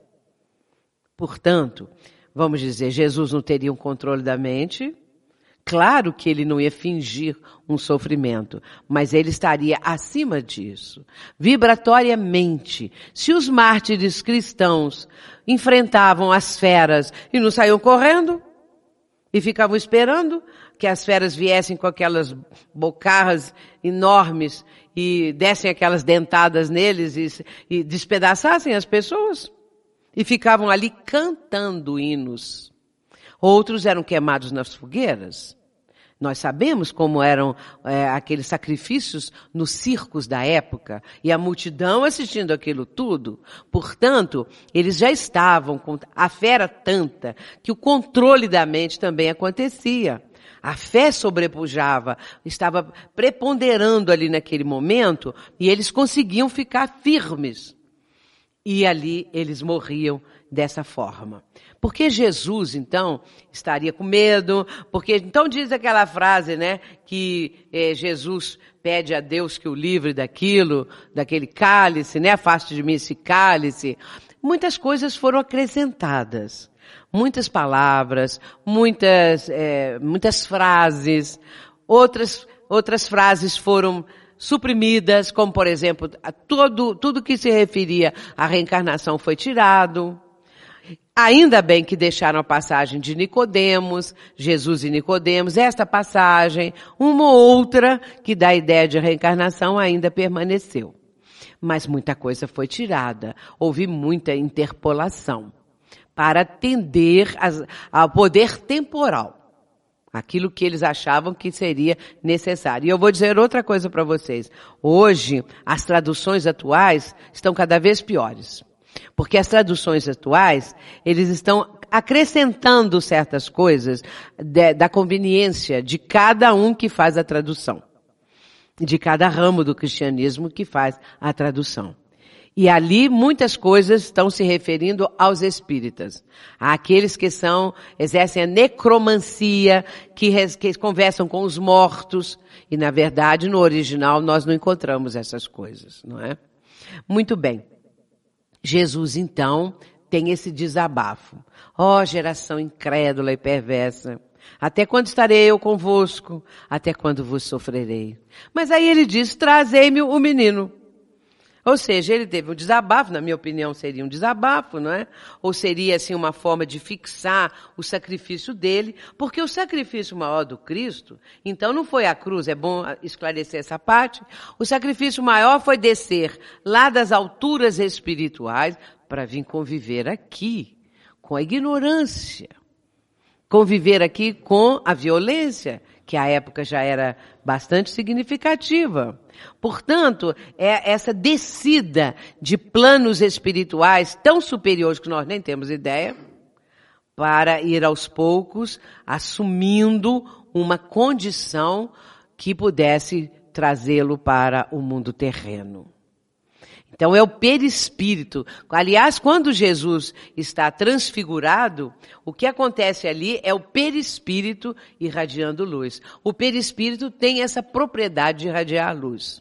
Portanto, vamos dizer, Jesus não teria um controle da mente. Claro que ele não ia fingir um sofrimento, mas ele estaria acima disso. Vibratoriamente. Se os mártires cristãos enfrentavam as feras e não saíam correndo, e ficavam esperando que as feras viessem com aquelas bocarras enormes e dessem aquelas dentadas neles e despedaçassem as pessoas. E ficavam ali cantando hinos. Outros eram queimados nas fogueiras. Nós sabemos como eram aqueles sacrifícios nos circos da época e a multidão assistindo aquilo tudo. Portanto, eles já estavam com a fera tanta que o controle da mente também acontecia. A fé sobrepujava, estava preponderando ali naquele momento e eles conseguiam ficar firmes. E ali eles morriam dessa forma. Porque Jesus, então, estaria com medo, porque então diz aquela frase, né, que Jesus pede a Deus que o livre daquele cálice, né, afaste de mim esse cálice. Muitas coisas foram acrescentadas, muitas palavras, muitas frases, outras frases foram suprimidas, como por exemplo, tudo que se referia à reencarnação foi tirado. Ainda bem que deixaram a passagem de Nicodemos, Jesus e Nicodemos, esta passagem, uma ou outra que dá a ideia de reencarnação ainda permaneceu. Mas muita coisa foi tirada, houve muita interpolação para atender ao poder temporal. Aquilo que eles achavam que seria necessário. E eu vou dizer outra coisa para vocês. Hoje, as traduções atuais estão cada vez piores. Porque as traduções atuais, eles estão acrescentando certas coisas da conveniência de cada um que faz a tradução. De cada ramo do cristianismo que faz a tradução. E ali muitas coisas estão se referindo aos espíritas. Àqueles que exercem a necromancia, que conversam com os mortos. E na verdade, no original, nós não encontramos essas coisas, não é? Muito bem. Jesus, então, tem esse desabafo. Ó geração incrédula e perversa, até quando estarei eu convosco? Até quando vos sofrerei? Mas aí ele diz, trazei-me o menino. Ou seja, ele teve um desabafo, na minha opinião seria um desabafo, não é? Ou seria assim uma forma de fixar o sacrifício dele, porque o sacrifício maior do Cristo, então não foi a cruz, é bom esclarecer essa parte, o sacrifício maior foi descer lá das alturas espirituais para vir conviver aqui com a ignorância. Conviver aqui com a violência, que à época já era bastante significativa. Portanto, é essa descida de planos espirituais tão superiores que nós nem temos ideia, para ir aos poucos assumindo uma condição que pudesse trazê-lo para o mundo terreno. Então é o perispírito. Aliás, quando Jesus está transfigurado, o que acontece ali é o perispírito irradiando luz. O perispírito tem essa propriedade de irradiar luz.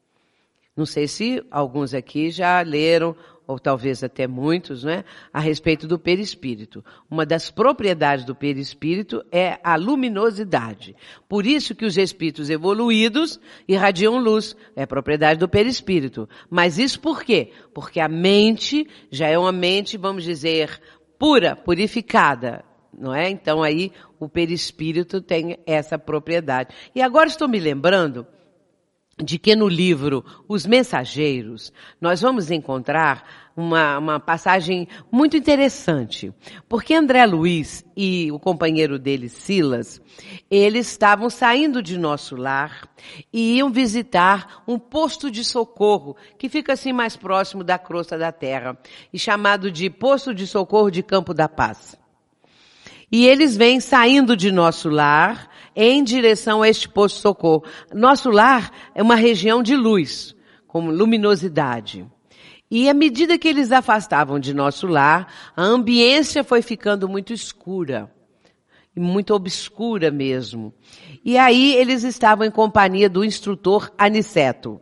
Não sei se alguns aqui já leram, ou talvez até muitos, né, a respeito do perispírito. Uma das propriedades do perispírito é a luminosidade. Por isso que os espíritos evoluídos irradiam luz. É propriedade do perispírito. Mas isso por quê? Porque a mente já é uma mente, vamos dizer, pura, purificada. Não é? Então aí o perispírito tem essa propriedade. E agora estou me lembrando de que no livro Os Mensageiros, nós vamos encontrar uma passagem muito interessante. Porque André Luiz e o companheiro dele, Silas, eles estavam saindo de nosso lar e iam visitar um posto de socorro, que fica assim mais próximo da crosta da terra, e chamado de Posto de Socorro de Campo da Paz. E eles vêm saindo de nosso lar em direção a este posto de socorro. Nosso lar é uma região de luz, com luminosidade. E à medida que eles afastavam de nosso lar, a ambiência foi ficando muito escura, muito obscura mesmo. E aí eles estavam em companhia do instrutor Aniceto.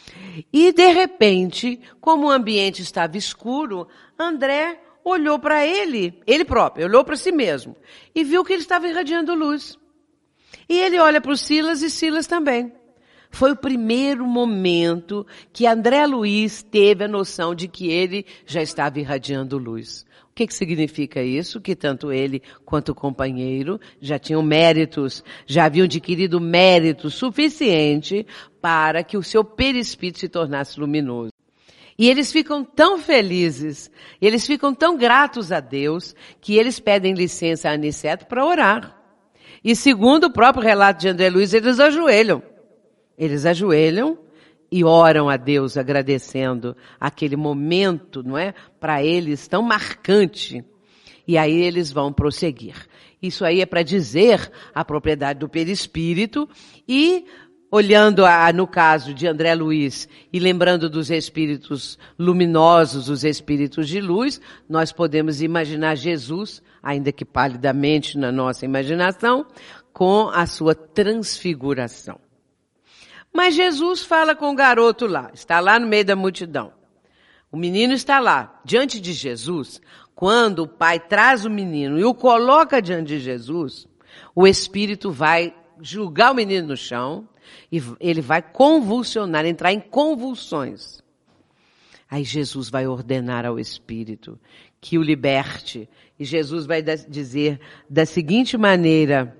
E de repente, como o ambiente estava escuro, André olhou para ele próprio, olhou para si mesmo, e viu que ele estava irradiando luz. E ele olha para o Silas e Silas também. Foi o primeiro momento que André Luiz teve a noção de que ele já estava irradiando luz. O que significa isso? Que tanto ele quanto o companheiro já tinham méritos, já haviam adquirido mérito suficiente para que o seu perispírito se tornasse luminoso. E eles ficam tão felizes, eles ficam tão gratos a Deus, que eles pedem licença a Aniceto para orar. E segundo o próprio relato de André Luiz, eles ajoelham. Eles ajoelham e oram a Deus agradecendo aquele momento, não é? Para eles tão marcante. E aí eles vão prosseguir. Isso aí é para dizer a propriedade do perispírito e olhando no caso de André Luiz e lembrando dos espíritos luminosos, os espíritos de luz, nós podemos imaginar Jesus, ainda que palidamente na nossa imaginação, com a sua transfiguração. Mas Jesus fala com o garoto lá, está lá no meio da multidão. O menino está lá, diante de Jesus. Quando o pai traz o menino e o coloca diante de Jesus, o espírito vai julgar o menino no chão e ele vai convulsionar, entrar em convulsões. Aí Jesus vai ordenar ao espírito que o liberte. E Jesus vai dizer da seguinte maneira: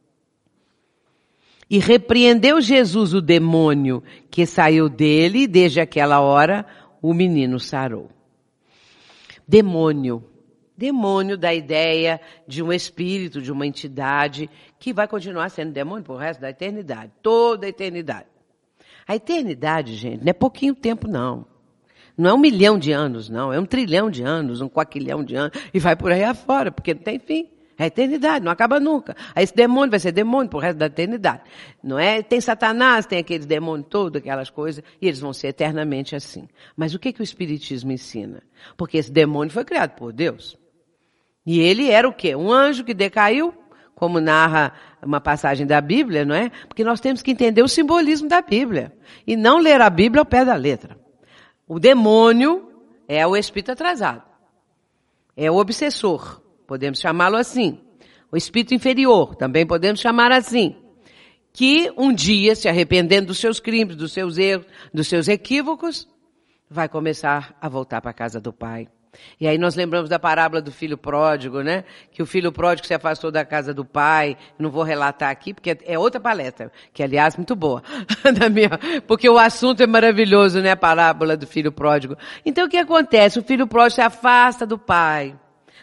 e repreendeu Jesus o demônio que saiu dele, e desde aquela hora o menino sarou. Demônio da ideia de um espírito, de uma entidade que vai continuar sendo demônio por resto da eternidade, toda a eternidade. A eternidade, gente, não é pouquinho tempo, não. Não é 1 milhão de anos, não. É 1 trilhão de anos, 1 quaquilhão de anos, e vai por aí afora, porque não tem fim. É a eternidade, não acaba nunca. Aí esse demônio vai ser demônio pro resto da eternidade. Não é? Tem Satanás, tem aqueles demônios todos, aquelas coisas, e eles vão ser eternamente assim. Mas o que o Espiritismo ensina? Porque esse demônio foi criado por Deus. E ele era o quê? Um anjo que decaiu, como narra uma passagem da Bíblia, não é? Porque nós temos que entender o simbolismo da Bíblia. E não ler a Bíblia ao pé da letra. O demônio é o espírito atrasado. É o obsessor. Podemos chamá-lo assim. O espírito inferior, também podemos chamar assim. Que um dia, se arrependendo dos seus crimes, dos seus erros, dos seus equívocos, vai começar a voltar para a casa do pai. E aí nós lembramos da parábola do filho pródigo, né? Que o filho pródigo se afastou da casa do pai. Não vou relatar aqui, porque é outra palestra, que aliás muito boa. Porque o assunto é maravilhoso, né? A parábola do filho pródigo. Então o que acontece? O filho pródigo se afasta do pai.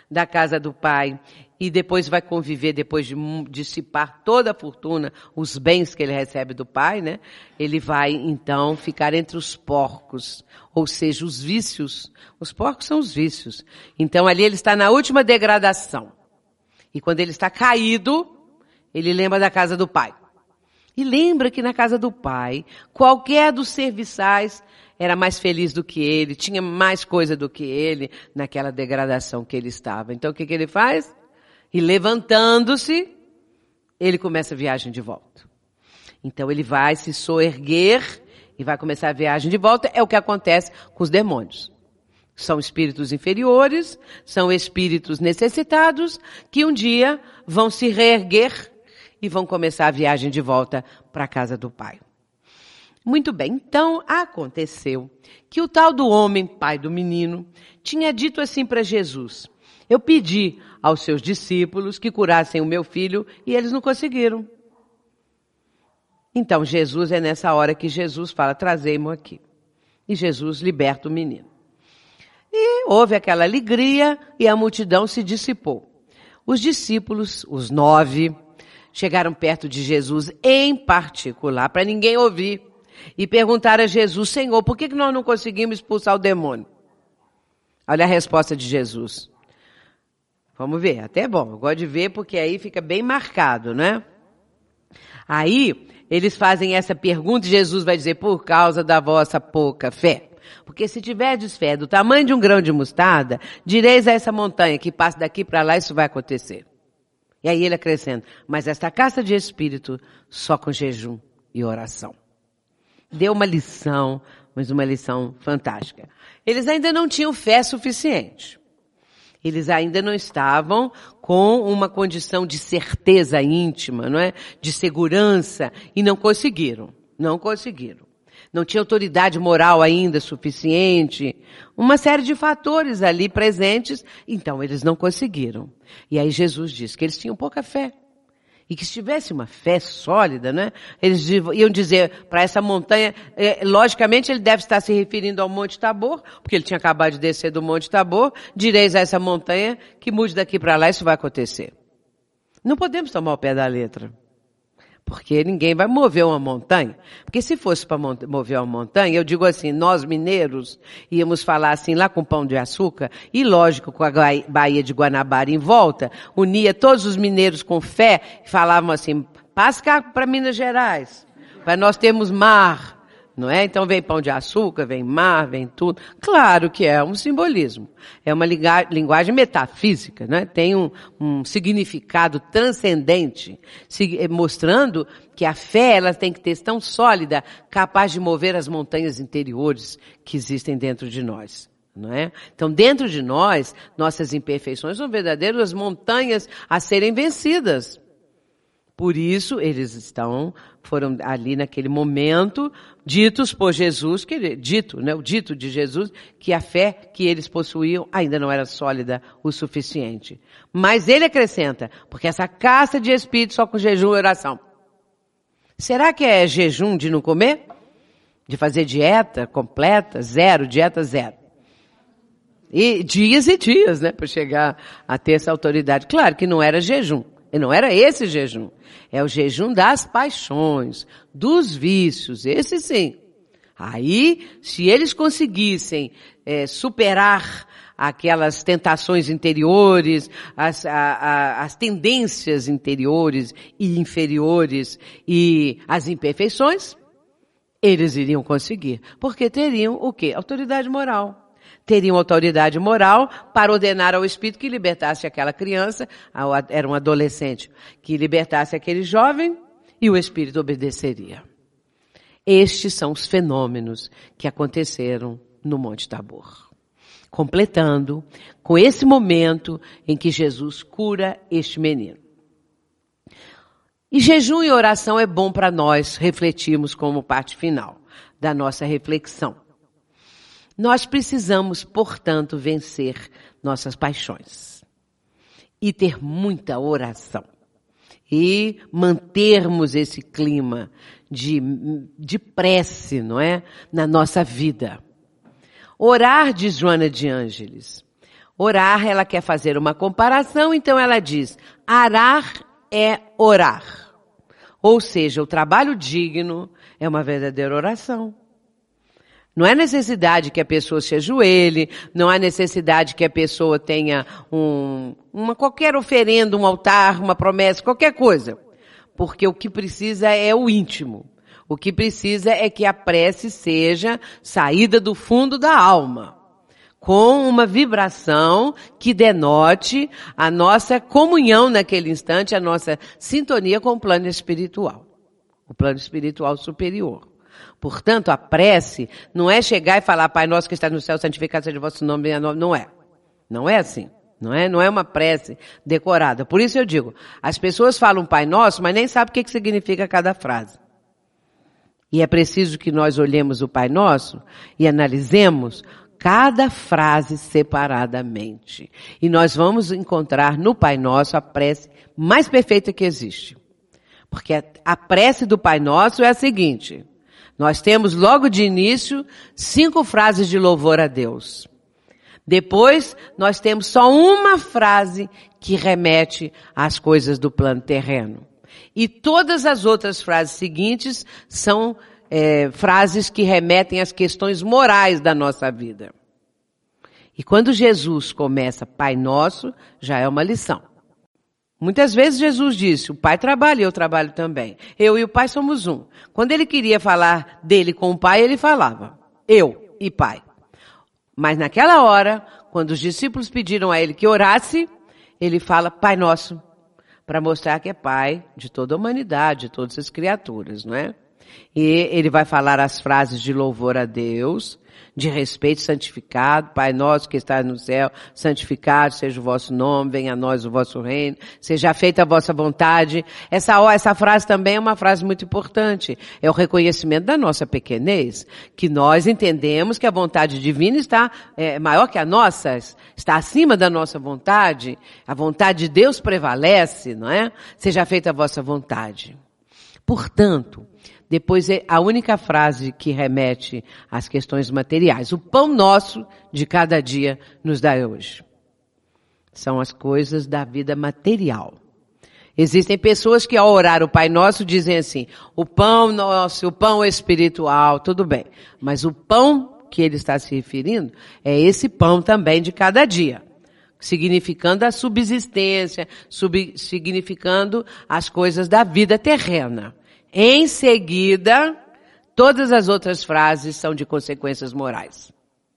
da casa do pai e depois vai conviver, depois de dissipar toda a fortuna, os bens que ele recebe do pai, né? Ele vai, então, ficar entre os porcos, ou seja, os vícios. Os porcos são os vícios. Então, ali ele está na última degradação. E quando ele está caído, ele lembra da casa do pai. E lembra que na casa do pai, qualquer dos serviçais era mais feliz do que ele, tinha mais coisa do que ele, naquela degradação que ele estava. Então, o que ele faz? E levantando-se, ele começa a viagem de volta. Então, ele vai se soerguer e vai começar a viagem de volta. É o que acontece com os demônios. São espíritos inferiores, são espíritos necessitados, que um dia vão se reerguer e vão começar a viagem de volta para a casa do pai. Muito bem, então aconteceu que o tal do homem, pai do menino, tinha dito assim para Jesus: eu pedi aos seus discípulos que curassem o meu filho e eles não conseguiram. Então Jesus, é nessa hora que Jesus fala: trazei-mo aqui. E Jesus liberta o menino. E houve aquela alegria e a multidão se dissipou. Os discípulos, os 9, chegaram perto de Jesus em particular, para ninguém ouvir, e perguntaram a Jesus: Senhor, por que nós não conseguimos expulsar o demônio? Olha a resposta de Jesus. Vamos ver, até é bom, eu gosto de ver porque aí fica bem marcado, né? Aí, eles fazem essa pergunta e Jesus vai dizer: por causa da vossa pouca fé. Porque se tiverdes fé do tamanho de um grão de mostarda, direis a essa montanha que passa daqui para lá, isso vai acontecer. E aí ele acrescenta: mas esta casta de espírito só com jejum e oração. Deu uma lição, mas uma lição fantástica. Eles ainda não tinham fé suficiente. Eles ainda não estavam com uma condição de certeza íntima, não é? De segurança, e não conseguiram. Não conseguiram. Não tinha autoridade moral ainda suficiente. Uma série de fatores ali presentes, então eles não conseguiram. E aí Jesus disse que eles tinham pouca fé. E que se tivesse uma fé sólida, né? Eles iam dizer para essa montanha, logicamente ele deve estar se referindo ao Monte Tabor, porque ele tinha acabado de descer do Monte Tabor, direis a essa montanha que mude daqui para lá, isso vai acontecer. Não podemos tomar o pé da letra. Porque ninguém vai mover uma montanha. Porque se fosse para mover uma montanha, eu digo assim, nós mineiros íamos falar assim lá com Pão de Açúcar, e lógico com a Baía de Guanabara em volta, unia todos os mineiros com fé e falavam assim: passa cá para Minas Gerais, para nós termos mar. Não é? Então vem Pão de Açúcar, vem mar, vem tudo. Claro que é um simbolismo. É uma linguagem metafísica, né? Tem um significado transcendente, mostrando que a fé ela tem que ter tão sólida, capaz de mover as montanhas interiores que existem dentro de nós. Não é? Então, dentro de nós, nossas imperfeições são verdadeiras montanhas a serem vencidas. Por isso, eles foram ali naquele momento, ditos por Jesus, o dito de Jesus, que a fé que eles possuíam ainda não era sólida o suficiente. Mas ele acrescenta: porque essa casta de espírito só com jejum e oração. Será que é jejum de não comer? De fazer dieta completa? Dieta zero. E dias, né, para chegar a ter essa autoridade. Claro que não era jejum. E não era esse jejum. É o jejum das paixões, dos vícios, esse sim. Aí, se eles conseguissem superar aquelas tentações interiores, as tendências interiores e inferiores e as imperfeições, eles iriam conseguir. Porque teriam o quê? Autoridade moral. Teriam autoridade moral para ordenar ao Espírito que libertasse aquela criança, era um adolescente, que libertasse aquele jovem e o Espírito obedeceria. Estes são os fenômenos que aconteceram no Monte Tabor. Completando com esse momento em que Jesus cura este menino. E jejum e oração é bom para nós refletirmos como parte final da nossa reflexão. Nós precisamos, portanto, vencer nossas paixões e ter muita oração e mantermos esse clima de prece, não é? Na nossa vida. Orar, diz Joana de Ângeles, Orar, ela quer fazer uma comparação, então ela diz, arar é orar. Ou seja, o trabalho digno é uma verdadeira oração. Não é necessidade que a pessoa se ajoelhe, não há necessidade que a pessoa tenha qualquer oferenda, um altar, uma promessa, qualquer coisa. Porque o que precisa é o íntimo. O que precisa é que a prece seja saída do fundo da alma, com uma vibração que denote a nossa comunhão naquele instante, a nossa sintonia com o plano espiritual superior. Portanto, a prece não é chegar e falar, Pai nosso que está no céu, santificado seja o vosso nome, não é. Não é assim. Não é uma prece decorada. Por isso eu digo, as pessoas falam Pai Nosso, mas nem sabem o que significa cada frase. E é preciso que nós olhemos o Pai Nosso e analisemos cada frase separadamente. E nós vamos encontrar no Pai Nosso a prece mais perfeita que existe. Porque a prece do Pai Nosso é a seguinte, nós temos logo de início 5 frases de louvor a Deus. Depois, nós temos só uma frase que remete às coisas do plano terreno. E todas as outras frases seguintes são frases que remetem às questões morais da nossa vida. E quando Jesus começa Pai Nosso, já é uma lição. Muitas vezes Jesus disse, o Pai trabalha e eu trabalho também. Eu e o Pai somos um. Quando ele queria falar dele com o Pai, ele falava, eu e Pai. Mas naquela hora, quando os discípulos pediram a ele que orasse, ele fala Pai Nosso, para mostrar que é Pai de toda a humanidade, de todas as criaturas, não é? E ele vai falar as frases de louvor a Deus, de respeito, santificado, Pai nosso que está no céu, santificado seja o vosso nome, venha a nós o vosso reino, seja feita a vossa vontade. Essa frase também é uma frase muito importante. É o reconhecimento da nossa pequenez, que nós entendemos que a vontade divina está maior que a nossa, está acima da nossa vontade. A vontade de Deus prevalece, não é? Seja feita a vossa vontade. Portanto, depois é a única frase que remete às questões materiais. O pão nosso de cada dia nos dá hoje. São as coisas da vida material. Existem pessoas que ao orar o Pai Nosso dizem assim, o pão nosso, o pão espiritual, tudo bem. Mas o pão que ele está se referindo é esse pão também de cada dia. Significando a subsistência, significando as coisas da vida terrena. Em seguida, todas as outras frases são de consequências morais.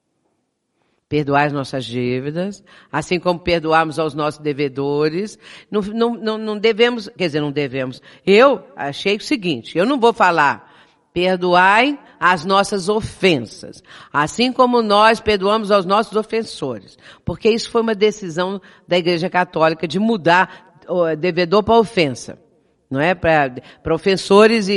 Perdoar as nossas dívidas, assim como perdoarmos aos nossos devedores. Não devemos, quer dizer, não devemos. Eu achei o seguinte, eu não vou falar, perdoai as nossas ofensas, assim como nós perdoamos aos nossos ofensores. Porque isso foi uma decisão da Igreja Católica de mudar o devedor para ofensa. Não é? Para ofensores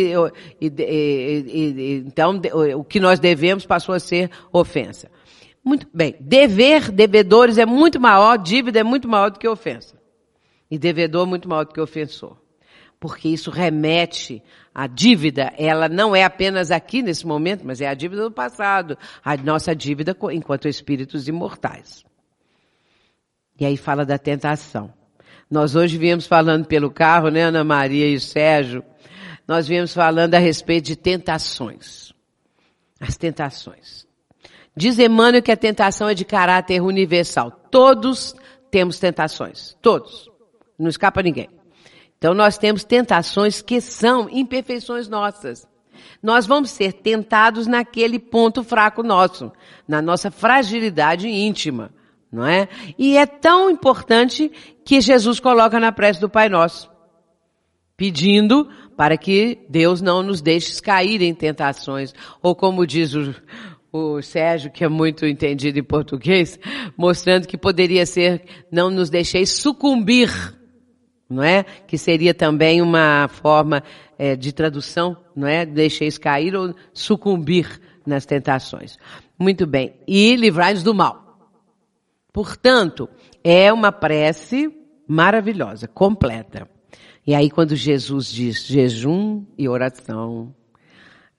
então o que nós devemos passou a ser ofensa. Muito bem. Devedores é muito maior, dívida é muito maior do que ofensa. E devedor muito maior do que ofensor. Porque isso remete à dívida, ela não é apenas aqui nesse momento, mas é a dívida do passado, a nossa dívida enquanto espíritos imortais. E aí fala da tentação. Nós hoje viemos falando pelo carro, né, Ana Maria e o Sérgio, nós viemos falando a respeito de tentações. As tentações. Diz Emmanuel que a tentação é de caráter universal. Todos temos tentações. Todos. Não escapa ninguém. Então nós temos tentações que são imperfeições nossas. Nós vamos ser tentados naquele ponto fraco nosso, na nossa fragilidade íntima. Não é? E é tão importante que Jesus coloca na prece do Pai Nosso, pedindo para que Deus não nos deixe cair em tentações. Ou como diz o Sérgio, que é muito entendido em português, mostrando que poderia ser, não nos deixeis sucumbir, não é? Que seria também uma forma de tradução, não é? Deixeis cair ou sucumbir nas tentações. Muito bem. E livrai-nos do mal. Portanto, é uma prece maravilhosa, completa. E aí quando Jesus diz jejum e oração,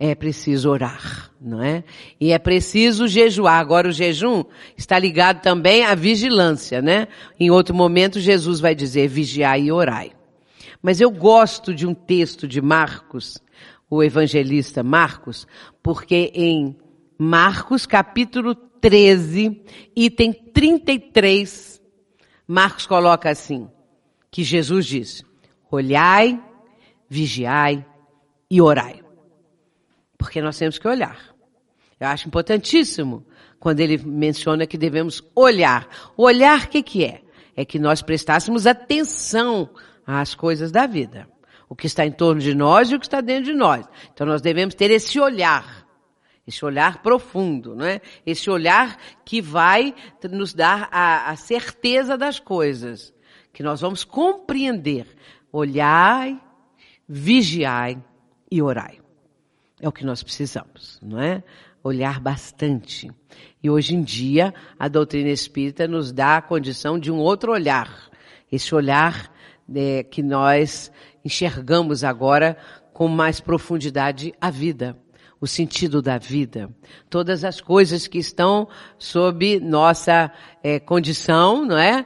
é preciso orar, não é? E é preciso jejuar. Agora o jejum está ligado também à vigilância, né? Em outro momento Jesus vai dizer vigiai e orai. Mas eu gosto de um texto de Marcos, o evangelista Marcos, porque em Marcos capítulo 13, item 33, Marcos coloca assim, que Jesus diz, olhai, vigiai e orai. Porque nós temos que olhar. Eu acho importantíssimo quando ele menciona que devemos olhar. Olhar o que é? É que nós prestássemos atenção às coisas da vida. O que está em torno de nós e o que está dentro de nós. Então nós devemos ter esse olhar profundo, não é? Esse olhar que vai nos dar a certeza das coisas, que nós vamos compreender. Olhai, vigiai e orai. É o que nós precisamos, não é? Olhar bastante. E hoje em dia, a doutrina espírita nos dá a condição de um outro olhar. Esse olhar que nós enxergamos agora com mais profundidade a vida, o sentido da vida, todas as coisas que estão sob nossa condição, não é?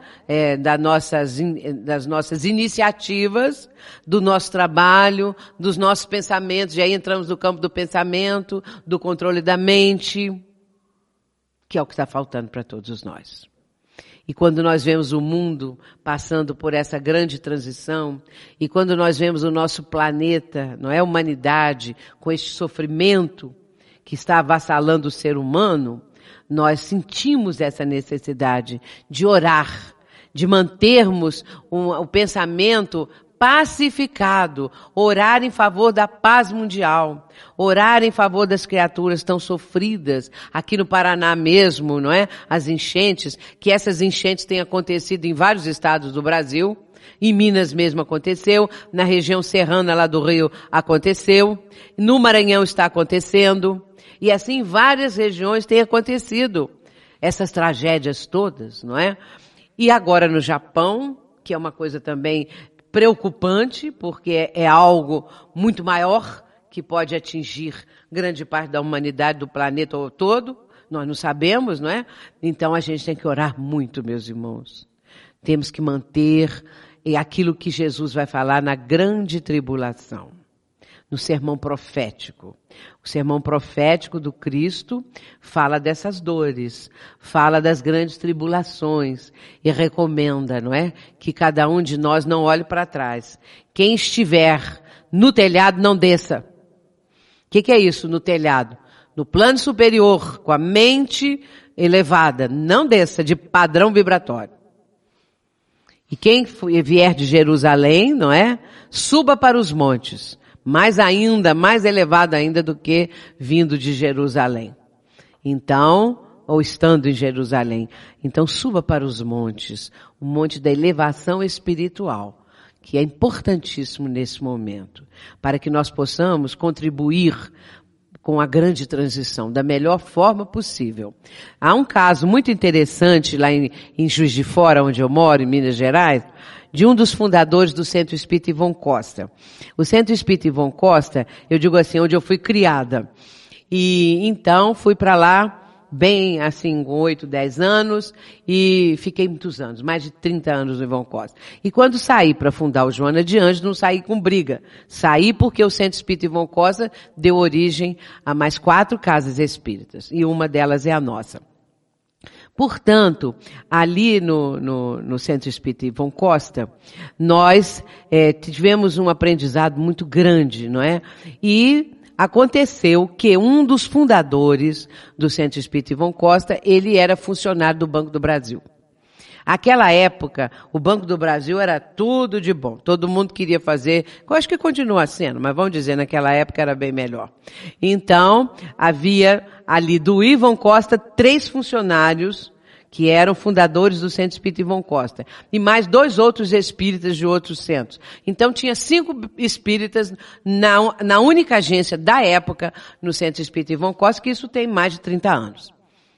Das nossas iniciativas, do nosso trabalho, dos nossos pensamentos. E aí entramos no campo do pensamento, do controle da mente, que é o que está faltando para todos nós. E quando nós vemos o mundo passando por essa grande transição, e quando nós vemos o nosso planeta, não é, a humanidade, com este sofrimento que está avassalando o ser humano, nós sentimos essa necessidade de orar, de mantermos o pensamento pacificado, orar em favor da paz mundial, orar em favor das criaturas tão sofridas, aqui no Paraná mesmo, não é? As enchentes, que essas enchentes têm acontecido em vários estados do Brasil, em Minas mesmo aconteceu, na região serrana lá do Rio aconteceu, no Maranhão está acontecendo, e assim em várias regiões tem acontecido essas tragédias todas, não é? E agora no Japão, que é uma coisa também preocupante, porque é algo muito maior que pode atingir grande parte da humanidade, do planeta todo. Nós não sabemos, não é? Então a gente tem que orar muito, meus irmãos. Temos que manter aquilo que Jesus vai falar na grande tribulação, no sermão profético. O sermão profético do Cristo fala dessas dores, fala das grandes tribulações e recomenda, não é? Que cada um de nós não olhe para trás. Quem estiver no telhado não desça. O que é isso no telhado? No plano superior, com a mente elevada, não desça de padrão vibratório. E quem vier de Jerusalém, não é? Suba para os montes. Mais ainda, mais elevado ainda do que vindo de Jerusalém. Então, ou estando em Jerusalém. Então, suba para os montes, o monte da elevação espiritual, que é importantíssimo nesse momento, para que nós possamos contribuir com a grande transição, da melhor forma possível. Há um caso muito interessante lá em Juiz de Fora, onde eu moro, em Minas Gerais, de um dos fundadores do Centro Espírita Ivon Costa. O Centro Espírita Ivon Costa, eu digo assim, onde eu fui criada. E então fui para lá, bem assim, com 8, 10 anos, e fiquei muitos anos, mais de 30 anos no Ivon Costa. E quando saí para fundar o Joana de Anjos, não saí com briga. Saí porque o Centro Espírita Ivon Costa deu origem a mais 4 casas espíritas, e uma delas é a nossa. Portanto, ali no Centro Espírita Ivon Costa, nós tivemos um aprendizado muito grande, não é? E aconteceu que um dos fundadores do Centro Espírita Ivon Costa, ele era funcionário do Banco do Brasil. Aquela época, o Banco do Brasil era tudo de bom. Todo mundo queria fazer, eu acho que continua sendo, mas vamos dizer, naquela época era bem melhor. Então, havia ali do Ivon Costa 3 funcionários que eram fundadores do Centro Espírita Ivon Costa, e mais 2 outros espíritas de outros centros. Então tinha 5 espíritas na única agência da época no Centro Espírita Ivon Costa, que isso tem mais de 30 anos.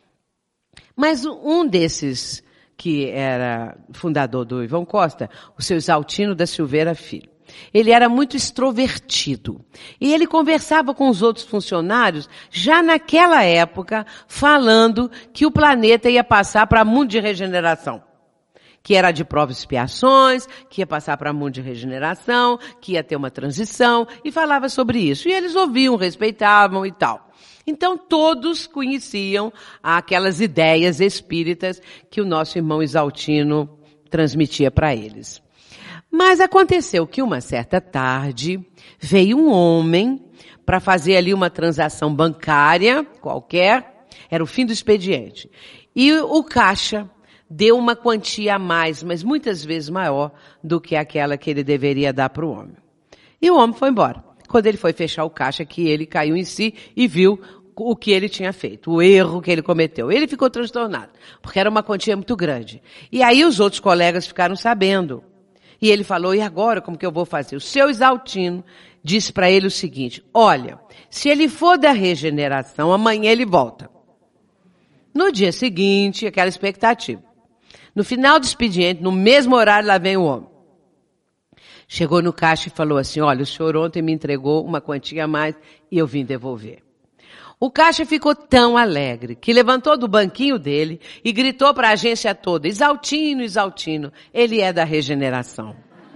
Mas um desses que era fundador do Ivon Costa, o seu Exaltino da Silveira Filho. Ele era muito extrovertido. E ele conversava com os outros funcionários, já naquela época, falando que o planeta ia passar para mundo de regeneração. Que era de provas e expiações, que ia passar para mundo de regeneração, que ia ter uma transição, e falava sobre isso. E eles ouviam, respeitavam e tal. Então todos conheciam aquelas ideias espíritas que o nosso irmão Exaltino transmitia para eles. Mas aconteceu que uma certa tarde veio um homem para fazer ali uma transação bancária qualquer, era o fim do expediente. E o caixa deu uma quantia a mais, mas muitas vezes maior do que aquela que ele deveria dar para o homem. E o homem foi embora. Quando ele foi fechar o caixa, que ele caiu em si e viu o que ele tinha feito, o erro que ele cometeu. Ele ficou transtornado, porque era uma quantia muito grande. E aí os outros colegas ficaram sabendo. E ele falou, e agora como que eu vou fazer? O seu Exaltino disse para ele o seguinte, olha, se ele for da regeneração, amanhã ele volta. No dia seguinte, aquela expectativa. No final do expediente, no mesmo horário, lá vem o homem. Chegou no caixa e falou assim, olha, o senhor ontem me entregou uma quantia a mais e eu vim devolver. O caixa ficou tão alegre que levantou do banquinho dele e gritou para a agência toda, Exaltino, Exaltino, ele é da regeneração.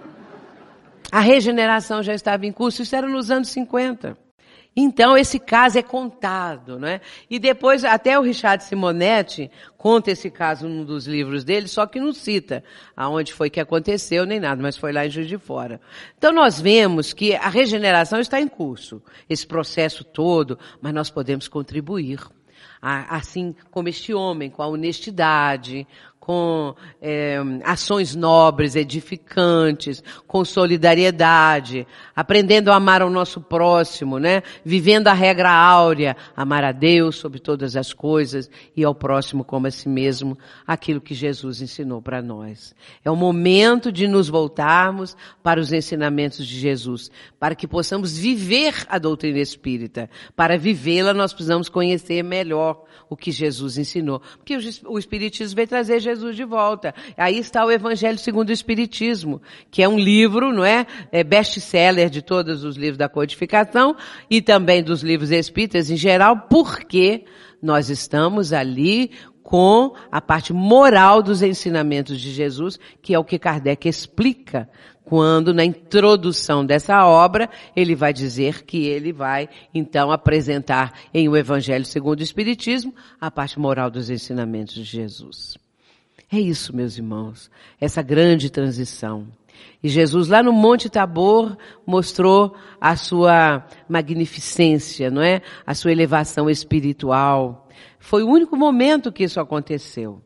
A regeneração já estava em curso, isso era nos anos 50. Então, esse caso é contado, não é? E depois, até o Richard Simonetti conta esse caso num dos livros dele, só que não cita aonde foi que aconteceu, nem nada, mas foi lá em Juiz de Fora. Então, nós vemos que a regeneração está em curso, esse processo todo, mas nós podemos contribuir. Assim como este homem, com a honestidade, com ações nobres, edificantes, com solidariedade, aprendendo a amar ao nosso próximo, né? Vivendo a regra áurea, amar a Deus sobre todas as coisas e ao próximo como a si mesmo, aquilo que Jesus ensinou para nós. É o momento de nos voltarmos para os ensinamentos de Jesus, para que possamos viver a doutrina espírita. Para vivê-la, nós precisamos conhecer melhor o que Jesus ensinou. Porque o Espiritismo veio trazer Jesus de volta. Aí está o Evangelho segundo o Espiritismo, que é um livro, não é? Best-seller de todos os livros da codificação e também dos livros espíritas em geral, porque nós estamos ali com a parte moral dos ensinamentos de Jesus, que é o que Kardec explica quando, na introdução dessa obra, ele vai dizer que ele vai, então, apresentar em O Evangelho segundo o Espiritismo a parte moral dos ensinamentos de Jesus. É isso, meus irmãos, essa grande transição. E Jesus, lá no Monte Tabor, mostrou a sua magnificência, não é? A sua elevação espiritual. Foi o único momento que isso aconteceu.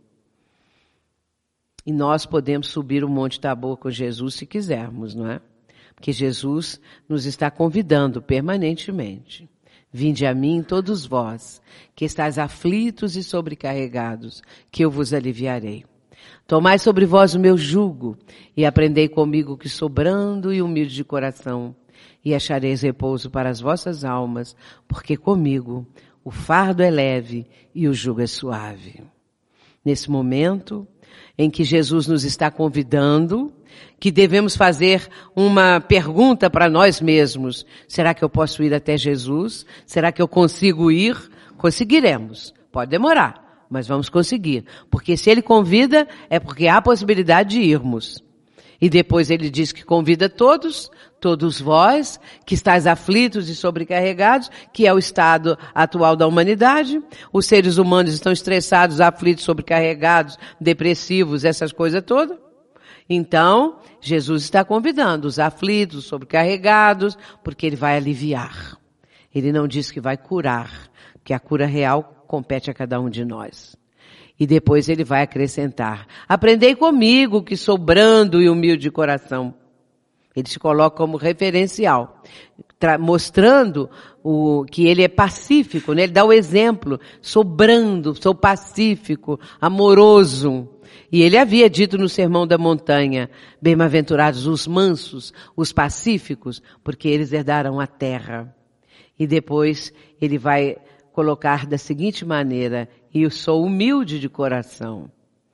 E nós podemos subir o Monte Tabor com Jesus se quisermos, não é? Porque Jesus nos está convidando permanentemente. Vinde a mim todos vós, que estáis aflitos e sobrecarregados, que eu vos aliviarei. Tomai sobre vós o meu jugo e aprendei comigo que sou brando e humilde de coração, e achareis repouso para as vossas almas, porque comigo o fardo é leve e o jugo é suave. Nesse momento em que Jesus nos está convidando, que devemos fazer uma pergunta para nós mesmos. Será que eu posso ir até Jesus? Será que eu consigo ir? Conseguiremos. Pode demorar, mas vamos conseguir. Porque se ele convida, é porque há a possibilidade de irmos. E depois ele diz que convida todos vós, que estáis aflitos e sobrecarregados, que é o estado atual da humanidade. Os seres humanos estão estressados, aflitos, sobrecarregados, depressivos, essas coisas todas. Então, Jesus está convidando os aflitos, os sobrecarregados, porque ele vai aliviar. Ele não diz que vai curar, porque a cura real compete a cada um de nós. E depois ele vai acrescentar, aprendei comigo que sou brando e humilde de coração. Ele se coloca como referencial, mostrando que ele é pacífico, né? Ele dá o exemplo, sou brando, sou pacífico, amoroso. E ele havia dito no Sermão da Montanha, bem-aventurados os mansos, os pacíficos, porque eles herdarão a terra. E depois ele vai colocar da seguinte maneira, e eu sou humilde de coração.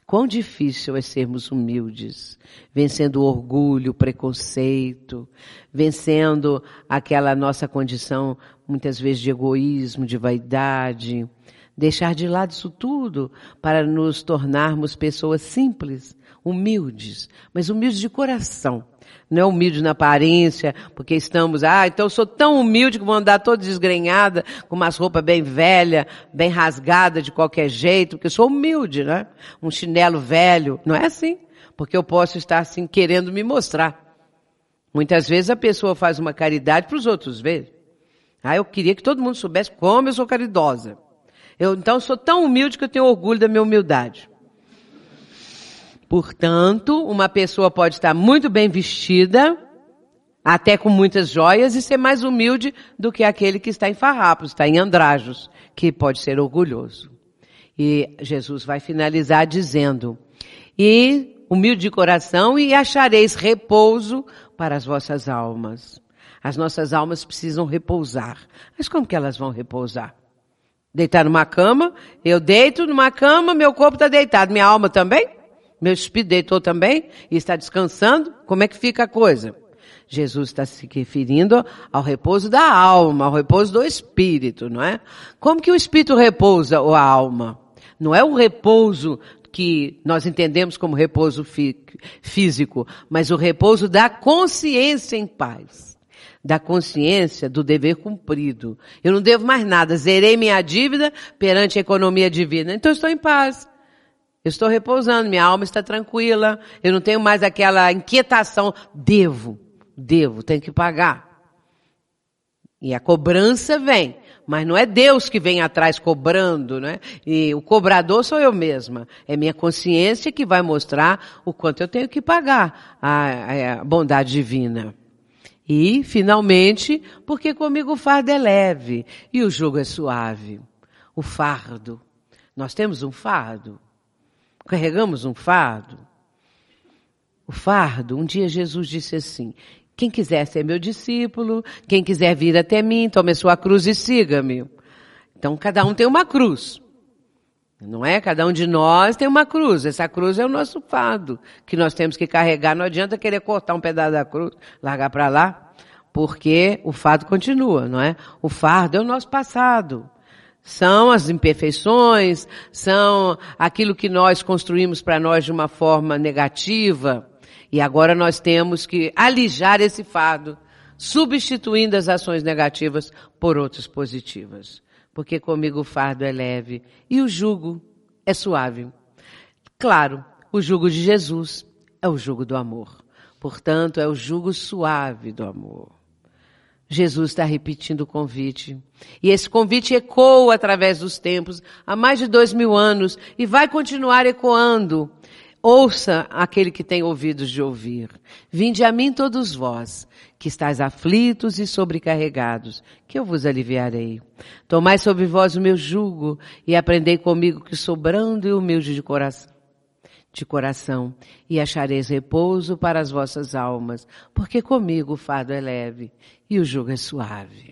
Quão difícil é sermos humildes, vencendo o orgulho, o preconceito, vencendo aquela nossa condição, muitas vezes, de egoísmo, de vaidade. Deixar de lado isso tudo para nos tornarmos pessoas simples, humildes, mas humildes de coração. Não é humilde na aparência, porque estamos, então eu sou tão humilde que vou andar toda desgrenhada, com umas roupas bem velhas, bem rasgadas de qualquer jeito, porque eu sou humilde, né? Um chinelo velho, não é assim, porque eu posso estar assim querendo me mostrar. Muitas vezes a pessoa faz uma caridade para os outros verem. Eu queria que todo mundo soubesse como eu sou caridosa. Então sou tão humilde que eu tenho orgulho da minha humildade. Portanto, uma pessoa pode estar muito bem vestida, até com muitas joias, e ser mais humilde do que aquele que está em farrapos, está em andrajos, que pode ser orgulhoso. E Jesus vai finalizar dizendo, e humilde de coração, e achareis repouso para as vossas almas. As nossas almas precisam repousar. Mas como que elas vão repousar? Deitar numa cama, eu deito numa cama, meu corpo está deitado, minha alma também? Meu espírito deitou também e está descansando? Como é que fica a coisa? Jesus está se referindo ao repouso da alma, ao repouso do espírito, não é? Como que o espírito repousa ou a alma? Não é o repouso que nós entendemos como repouso físico, mas o repouso da consciência em paz. Da consciência do dever cumprido. Eu não devo mais nada, zerei minha dívida perante a economia divina. Então eu estou em paz. Eu estou repousando, minha alma está tranquila, eu não tenho mais aquela inquietação, devo, tenho que pagar. E a cobrança vem, mas não é Deus que vem atrás cobrando, né? E o cobrador sou eu mesma, é minha consciência que vai mostrar o quanto eu tenho que pagar a bondade divina. E, finalmente, porque comigo o fardo é leve e o jugo é suave. O fardo, nós temos um fardo. Carregamos um fardo. O fardo, um dia Jesus disse assim, quem quiser ser meu discípulo, quem quiser vir até mim, tome a sua cruz e siga-me. Então cada um tem uma cruz. Não é? Cada um de nós tem uma cruz. Essa cruz é o nosso fardo, que nós temos que carregar. Não adianta querer cortar um pedaço da cruz, largar para lá, porque o fardo continua, não é? O fardo é o nosso passado. São as imperfeições, são aquilo que nós construímos para nós de uma forma negativa. E agora nós temos que alijar esse fardo, substituindo as ações negativas por outras positivas. Porque comigo o fardo é leve e o jugo é suave. Claro, o jugo de Jesus é o jugo do amor. Portanto, é o jugo suave do amor. Jesus está repetindo o convite. E esse convite ecoa através dos tempos, há mais de 2000 anos, e vai continuar ecoando. Ouça aquele que tem ouvidos de ouvir. Vinde a mim todos vós, que estáis aflitos e sobrecarregados, que eu vos aliviarei. Tomai sobre vós o meu jugo e aprendei comigo que sou brando e humilde de coração, e achareis repouso para as vossas almas, porque comigo o fardo é leve e o jugo é suave.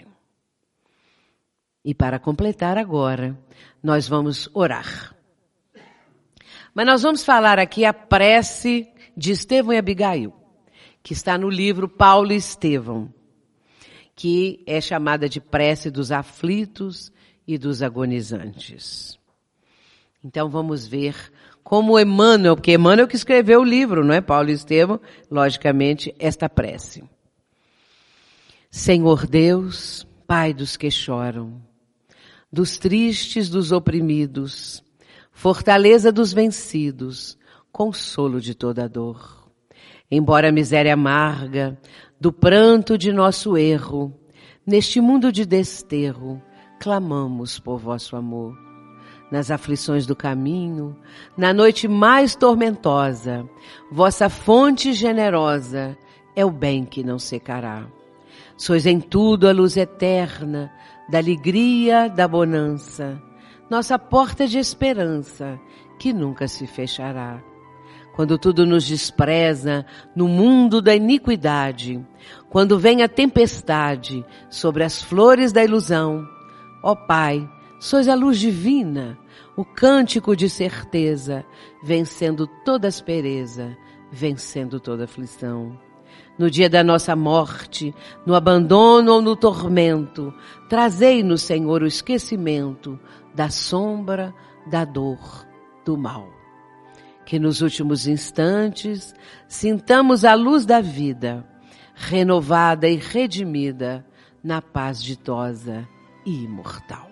E para completar agora, nós vamos orar. Mas nós vamos falar aqui a prece de Estevão e Abigail, que está no livro Paulo e Estevão, que é chamada de prece dos aflitos e dos agonizantes. Então vamos ver como Emmanuel, porque Emmanuel que escreveu o livro, não é? Paulo e Estevão, logicamente, esta prece. Senhor Deus, Pai dos que choram, dos tristes, dos oprimidos, fortaleza dos vencidos, consolo de toda dor. Embora a miséria amarga, do pranto de nosso erro, neste mundo de desterro, clamamos por vosso amor. Nas aflições do caminho, na noite mais tormentosa, vossa fonte generosa é o bem que não secará. Sois em tudo a luz eterna, da alegria, da bonança, nossa porta de esperança, que nunca se fechará. Quando tudo nos despreza, no mundo da iniquidade, quando vem a tempestade sobre as flores da ilusão, ó Pai, Sois a luz divina, o cântico de certeza, vencendo toda aspereza, vencendo toda aflição. No dia da nossa morte, no abandono ou no tormento, trazei-nos, Senhor, o esquecimento da sombra, da dor, do mal. Que nos últimos instantes sintamos a luz da vida, renovada e redimida, na paz ditosa e imortal.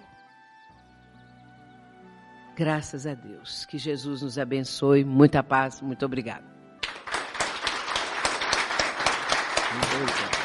Graças a Deus. Que Jesus nos abençoe. Muita paz. Muito obrigada.